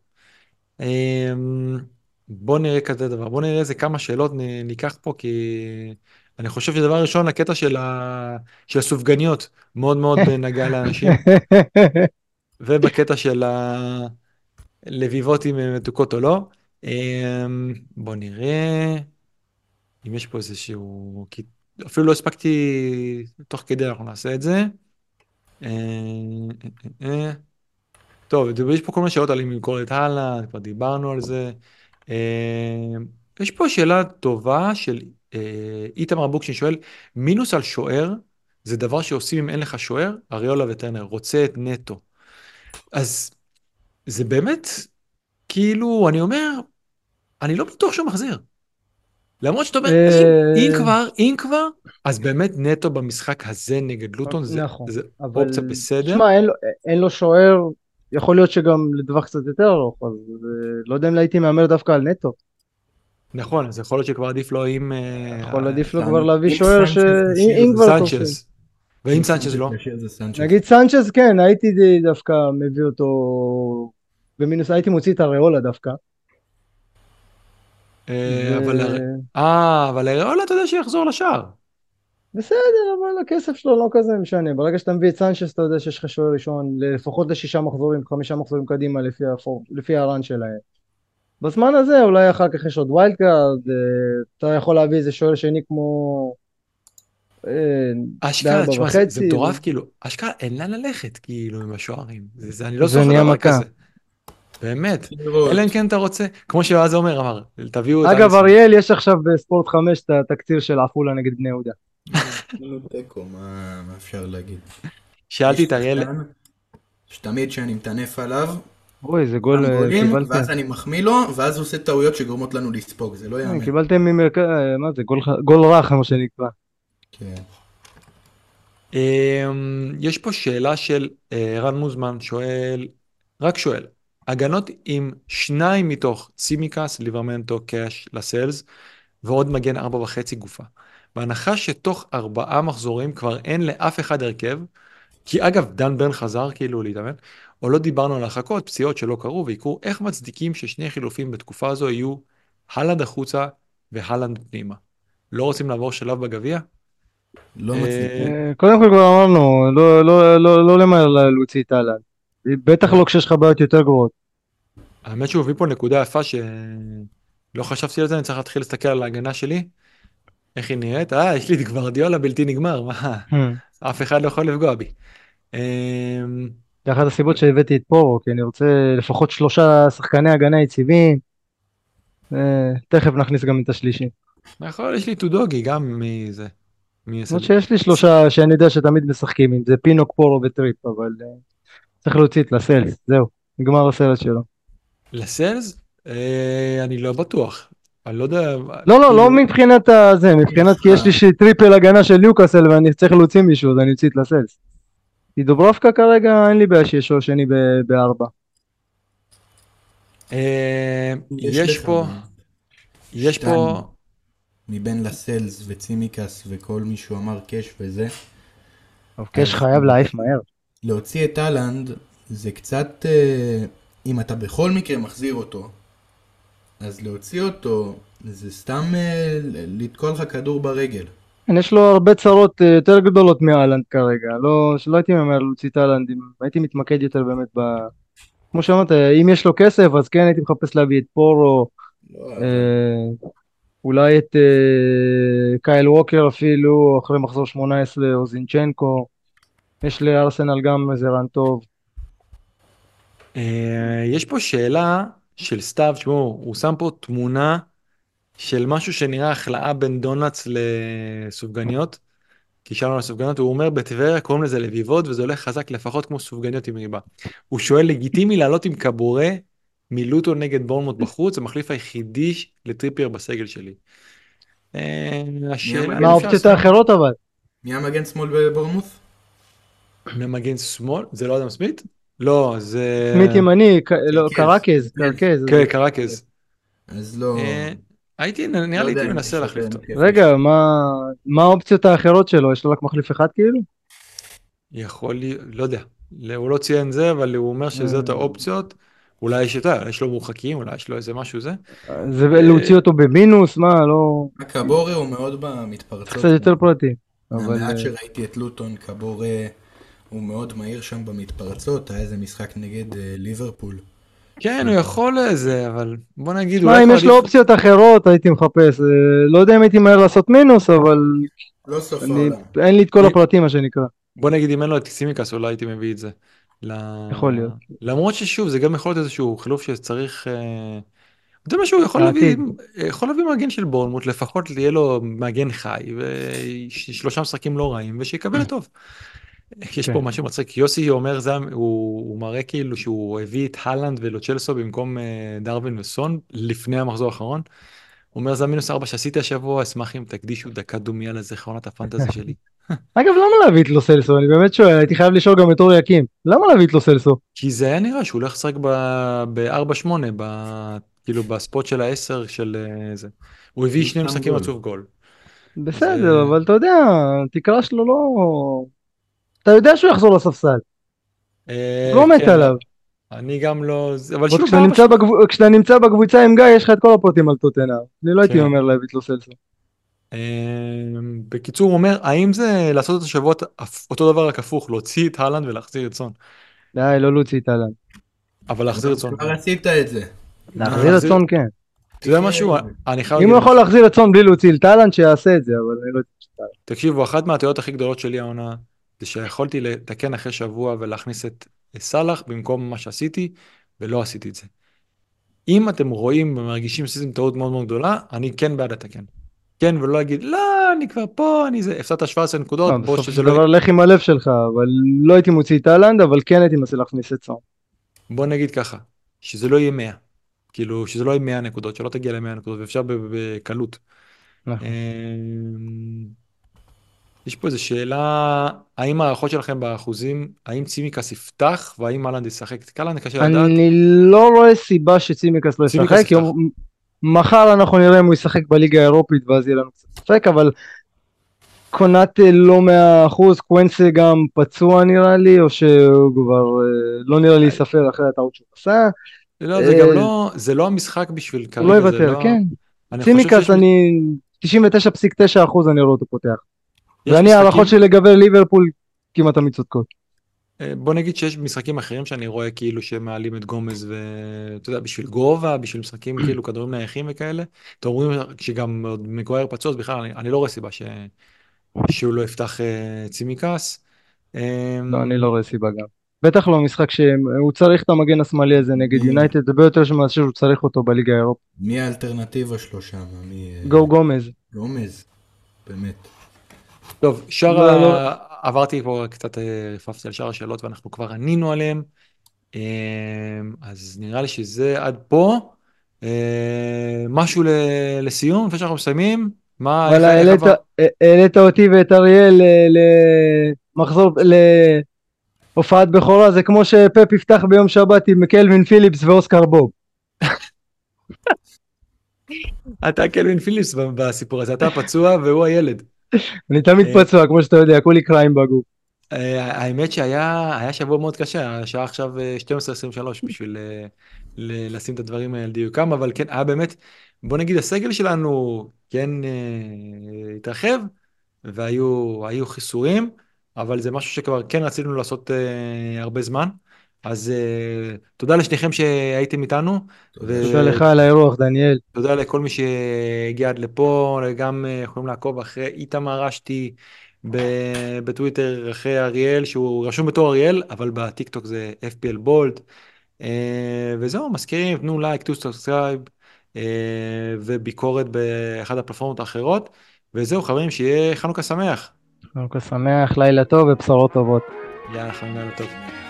בוא נראה כזה דבר, בוא נראה איזה כמה שאלות ניקח פה, כי אני חושב שדבר ראשון, הקטע של הסופגניות מאוד מאוד נגע לאנשים, ובקטע של הלביבות אם מתוקות או לא. בוא נראה אם יש פה איזשהו, כי אפילו לא הספקתי, תוך כדי אנחנו נעשה את זה. אה, אה, אה. טוב, יש פה כל מיני שאלות על אם למכור את הלאה, כבר דיברנו על זה. אה, יש פה שאלה טובה של איתמר בוקשין שואל, מינוס על שוער, זה דבר שעושים אם אין לך שוער? אריולה וטרנר, רוצה את נטו. אז זה באמת, כאילו, אני אומר, אני לא בטוח שהוא מחזיר. למרות שאתה אומר, אם כבר, אז באמת נטו במשחק הזה נגד לוטון, נכון, זה אבל אופציה בסדר. תשמע, אין לו שוער, יכול להיות שגם לטווח קצת יותר ארוך, אז לא יודע אם הייתי מהמר דווקא על נטו. נכון, אז יכול להיות שכבר עדיף לו עם יכול עדיף לו כבר להביא אם שוער סנצ'ז כשיר אם זה כבר תופסים. סנצ'ז. ואם סנצ'ז לא? כשיר זה סנצ'ז. נגיד סנצ'ז כן, הייתי דווקא מביא אותו במינוס, הייתי מוציא את הריאולה דווקא. אבל הריאולה אתה יודע שיחזור לשער. בסדר, אבל הכסף שלו לא כזה משנה. ברגע שאתה מביא את סנצ'ז אתה יודע שיש לך שוער ראשון לפחות ל6 מחזורים, 5 מחזורים קדימה לפי הרן שלהם. בזמן הזה אולי אחר כך יש עוד ווילד קארד, אתה יכול להביא איזה שוער שני כמו אשכרה, בארבע תשמע, זה וחצי. מטורף, כאילו, אשכרה אין לאן ללכת, כאילו, עם השוערים. אני לא זה זוכר נהיה דבר מכה. כזה. באמת. לראות. אלא אם כן אתה רוצה, כמו שאז עומר אמר, תביאו את אגב אליסון. אריאל, יש עכשיו בספורט 5 את התקציר של עפולה נגד בני יהודה. נו, תיקו, מה אפשר להגיד? שאלתי יש את אריאל, שחקן שתמיד כשאני מטנף עליו, אוי, איזה גול שם גולים, קיבלתם. ואז אני מחמיא לו, ואז הוא עושה טעויות שגורמות לנו לספוג, זה לא יאמן. קיבלתם ממרכז, מה זה, גול רך כמו שנקרא. כן. יש פה שאלה של רן מוזמן, רק שואל, הגנות עם 2 מתוך צימקס, ליברמנטו, קאש, לסלס, ועוד מגן 4.5 גופה. בהנחה שתוך 4 מחזורים כבר אין לאף אחד הרכב, כי אגב, דן ברן חזר כאילו להתאמן, או לא דיברנו על הרחקות, פציעות שלא קרו ויקרו, איך מצדיקים ששני חילופים בתקופה הזו יהיו הלנד החוצה והלנד פנימה? לא רוצים לעבור שלב בגביע? לא מצליחים. קודם כל כבר אמרנו, לא למהר להוציא את אהלן. בטח לא כשיש לך בעיות יותר גרועות. האמת שהוא הביא פה נקודה יפה שלא חשבתי על זה, אני צריך להתחיל להסתכל על ההגנה שלי, איך היא נראית, יש לי את גוורדיולה בלתי נגמר, מה? אף אחד לא יכול לפגוע בי. זה אחת הסיבות שהבאתי את פורו, כי אני רוצה לפחות 3 שחקני הגנה יציבים. תכף נכניס גם את השלישי. נכון, יש לי טודוגי גם מזה. למרות שיש לי 3 שאני יודע שתמיד משחקים, אם זה פינוק, פורו וטריפ, אבל צריך להוציא את לסלס, זהו, נגמר הסרט שלו. לסלס? אני לא בטוח. אני לא יודע... לא מבחינת זה, מבחינת כי יש לי טריפל הגנה של ניוקאסל ואני צריך להוציא מישהו, אז אני אוציא את לסלס. כי דוברבקה כרגע אין לי בעיה שיש שוער שני ב4. יש פה... מבין לסלס וצימקס וכל מישהו אמר קש וזה. קש חייב להעיף מהר. להוציא את הלנד זה קצת, אם אתה בכל מקרה מחזיר אותו, אז להוציא אותו זה סתם לתקוע לך כדור ברגל. יש לו הרבה צרות יותר גדולות מהלנד כרגע, שלא הייתי ממהר להוציא את הלנד, הייתי מתמקד יותר באמת כמו שאמרת, אם יש לו כסף אז כן הייתי מחפש להביא את פורו, אולי את קייל ווקר אפילו, אחרי מחזור 18 או זינצ'נקו, יש לארסנל גם איזה רן טוב. יש פה שאלה של סתיו, תשמעו, הוא שם פה תמונה של משהו שנראה החלאה בין דונלדס לסופגניות, כי שאלנו על סופגניות, הוא אומר בטבריה קוראים לזה לביבות, וזה הולך חזק לפחות כמו סופגניות עם ריבה. הוא שואל, לגיטימי לעלות עם קבורה מלוטון נגד בורנמוט בחוץ, המחליף היחידי לטריפייר בסגל שלי. השאלה מה אם אפשר האופציות לעשות האחרות אבל? מי המגן שמאל בבורנמות'? ממגן שמאל, זה לא אדם סמית? לא, זה... סמית ימני, לא, קרקז. קרקז. כן, קרקז. אז לא, נראה לא לי יודע הייתי אם מנסה יש להחליף יותר אותו. כיף. רגע, מה האופציות האחרות שלו? יש לו רק מחליף אחד כאילו? יכול להיות, לא יודע. הוא לא ציין זה, אבל הוא אומר שזאת האופציות. אולי יש יותר, יש לו מורחקים, אולי יש לו איזה משהו זה. זה אה, להוציא אותו במינוס? מה, לא... הקבורה הוא מאוד צריך במתפרצות. קצת יותר פרטים. אבל מהמעט שראיתי את לוטון, קבורה הוא מאוד מהיר שם במתפרצות, היה איזה משחק נגד ליברפול. כן, הוא יכול לזה, אבל בוא נגיד, שמע, אולי אם כבר יש לו עדיף... אופציות אחרות הייתי מחפש. לא יודע אם הייתי מהר לעשות מינוס, אבל לא סוף אני- העולם. אין לי את כל הפרטים מה שנקרא. בוא נגיד, אם אין לו את סימיקס, אולי הייתי מביא את זה. ל... יכול להיות. למרות ששוב, זה גם יכול להיות איזשהו חילוף שצריך... אתה יודע משהו, לעתיד. יכול להביא מגן של בורנמוט, לפחות יהיה לו מגן חי, ושלושה משחקים לא רעים, ושיקבל טוב. יש כן. פה משהו מצחיק, יוסי אומר, הוא מראה כאילו שהוא הביא את הלנד ולוצ'לסו במקום דרווין וסון, לפני המחזור האחרון. הוא אומר, זה המינוס 4 שעשיתי השבוע, אשמח אם תקדישו דקה דומיה לזיכרונות הפנטזי שלי. אגב, למה להביא את לו סלסו? אני באמת שואל, הייתי חייב לשאול גם את אורי יקים. למה להביא את לו סלסו? כי זה היה נראה שהוא הולך לשחק ב-4-8, כאילו בספוט של ה-10 של זה. הוא הביא הוא שני שם משחקים גול. רצוף גול. אז בסדר, אבל אתה יודע, תקרה שלו לא... אתה יודע שהוא יחזור לספסל, לא מת כן, עליו. אני גם לא... אבל עוד שוב, כשאתה נמצא בקבוצה עם גיא, יש לך את כל הפרטים על טוטנהאם. אני לא הייתי כן. אומר להביא את לו סלסו. בקיצור, הוא אומר, האם זה לעשות את השבועות אותו דבר רק הפוך, להוציא את הלנד ולהחזיר את סון? די, לא להוציא את אהלן. אבל להחזיר את סון. כבר עשית את זה. להחזיר את סון כן. אתה יודע משהו? אני חייב אם להגיד הוא יכול משהו. להחזיר את סון בלי להוציא את אהלן, שיעשה את זה, אבל אני לא יודע. תקשיבו, אחת מהטעויות הכי גדולות שלי העונה, זה שיכולתי לתקן אחרי שבוע ולהכניס את סאלח במקום מה שעשיתי, ולא עשיתי את זה. אם אתם רואים ומרגישים שעשיתם טעות מאוד מאוד גדולה, אני כן בעד לתקן. כן, ולא להגיד, לא, אני כבר פה, אני זה, הפסדת 17 נקודות, בוא בסוף שזה של לא... דבר לך עם הלב שלך, אבל לא הייתי מוציא את אהלן, אבל כן הייתי מנסה להכניס את סון. בוא נגיד ככה, שזה לא יהיה 100. כאילו, שזה לא יהיה 100 נקודות, שלא תגיע ל-100 נקודות, ואפשר בקלות. נכון. יש פה איזו שאלה, האם הערכות שלכם באחוזים, האם צימקס יפתח, והאם אהלנד ישחק? קלנד קשה לדעת. אני לא רואה סיבה שצימקס לא צימקס ישחק, יפתח. מחר אנחנו נראה אם הוא ישחק בליגה האירופית, ואז יהיה לנו קצת ספק, אבל קונאטה לא 100%, קווינסה גם פצוע נראה לי, או שהוא כבר לא נראה לי ספר אחרי הטעות שהוא עשה. לא, זה גם לא, זה לא המשחק בשביל הוא לא כרגע, זה יוותר, לא... כן. אני חושב צימקס שיש... אני 99.9% אני רואה אותו פותח. יש ואני משחקים- הערכות שלי לגבי ליברפול כמעט תמיד צודקות. בוא נגיד שיש משחקים אחרים שאני רואה כאילו שמעלים את גומז ואתה יודע, בשביל גובה, בשביל משחקים כאילו כדורים נייחים וכאלה. אתם אומרים שגם עוד מגויר פצוע, אז בכלל אני לא רואה סיבה שהוא לא יפתח צימקס. לא, אני לא רואה סיבה גם. בטח לא משחק שהוא צריך את המגן השמאלי הזה נגד מי? יונייטד, הרבה יותר מאשר שהוא צריך אותו בליגה האירופית. מי האלטרנטיבה שלו שם? מי... גו גומז. גומז. באמת. טוב, לא. עברתי פה קצת, רפפתי על שאר השאלות ואנחנו כבר ענינו עליהן. אז נראה לי שזה עד פה. משהו לסיום, לפני שאנחנו מסיימים. מה, וואלה, איך עבר? העלית אותי ואת אריאל למחזור, להופעת בכורה, זה כמו שפפ יפתח ביום שבת עם קלווין פיליפס ואוסקר בוב. אתה קלווין פיליפס בסיפור הזה, אתה פצוע והוא הילד. אני תמיד פצוע, כמו שאתה יודע, כולי קרעים בגוף. האמת שהיה שבוע מאוד קשה, השעה עכשיו 12:23 בשביל לשים את הדברים על דיוקם, אבל כן, היה באמת, בוא נגיד הסגל שלנו כן התרחב, והיו חיסורים, אבל זה משהו שכבר כן רצינו לעשות הרבה זמן, אז תודה לשניכם שהייתם איתנו, תודה לך על האירוח, דניאל. תודה לכל מי שהגיע עד לפה, גם יכולים לעקוב אחרי איתמר אשתי בטוויטר, אחרי אריאל, שהוא רשום בתור אריאל, אבל בטיקטוק זה FPL בולד. וזהו, מזכירים, תנו לייק, תו סאבסקרייב, וביקורת באחד הפלטפורמות האחרות. וזהו חברים, שיהיה חנוכה שמח. חנוכה שמח, לילה טוב ובשורות טובות. יאללה, חנוכה טוב.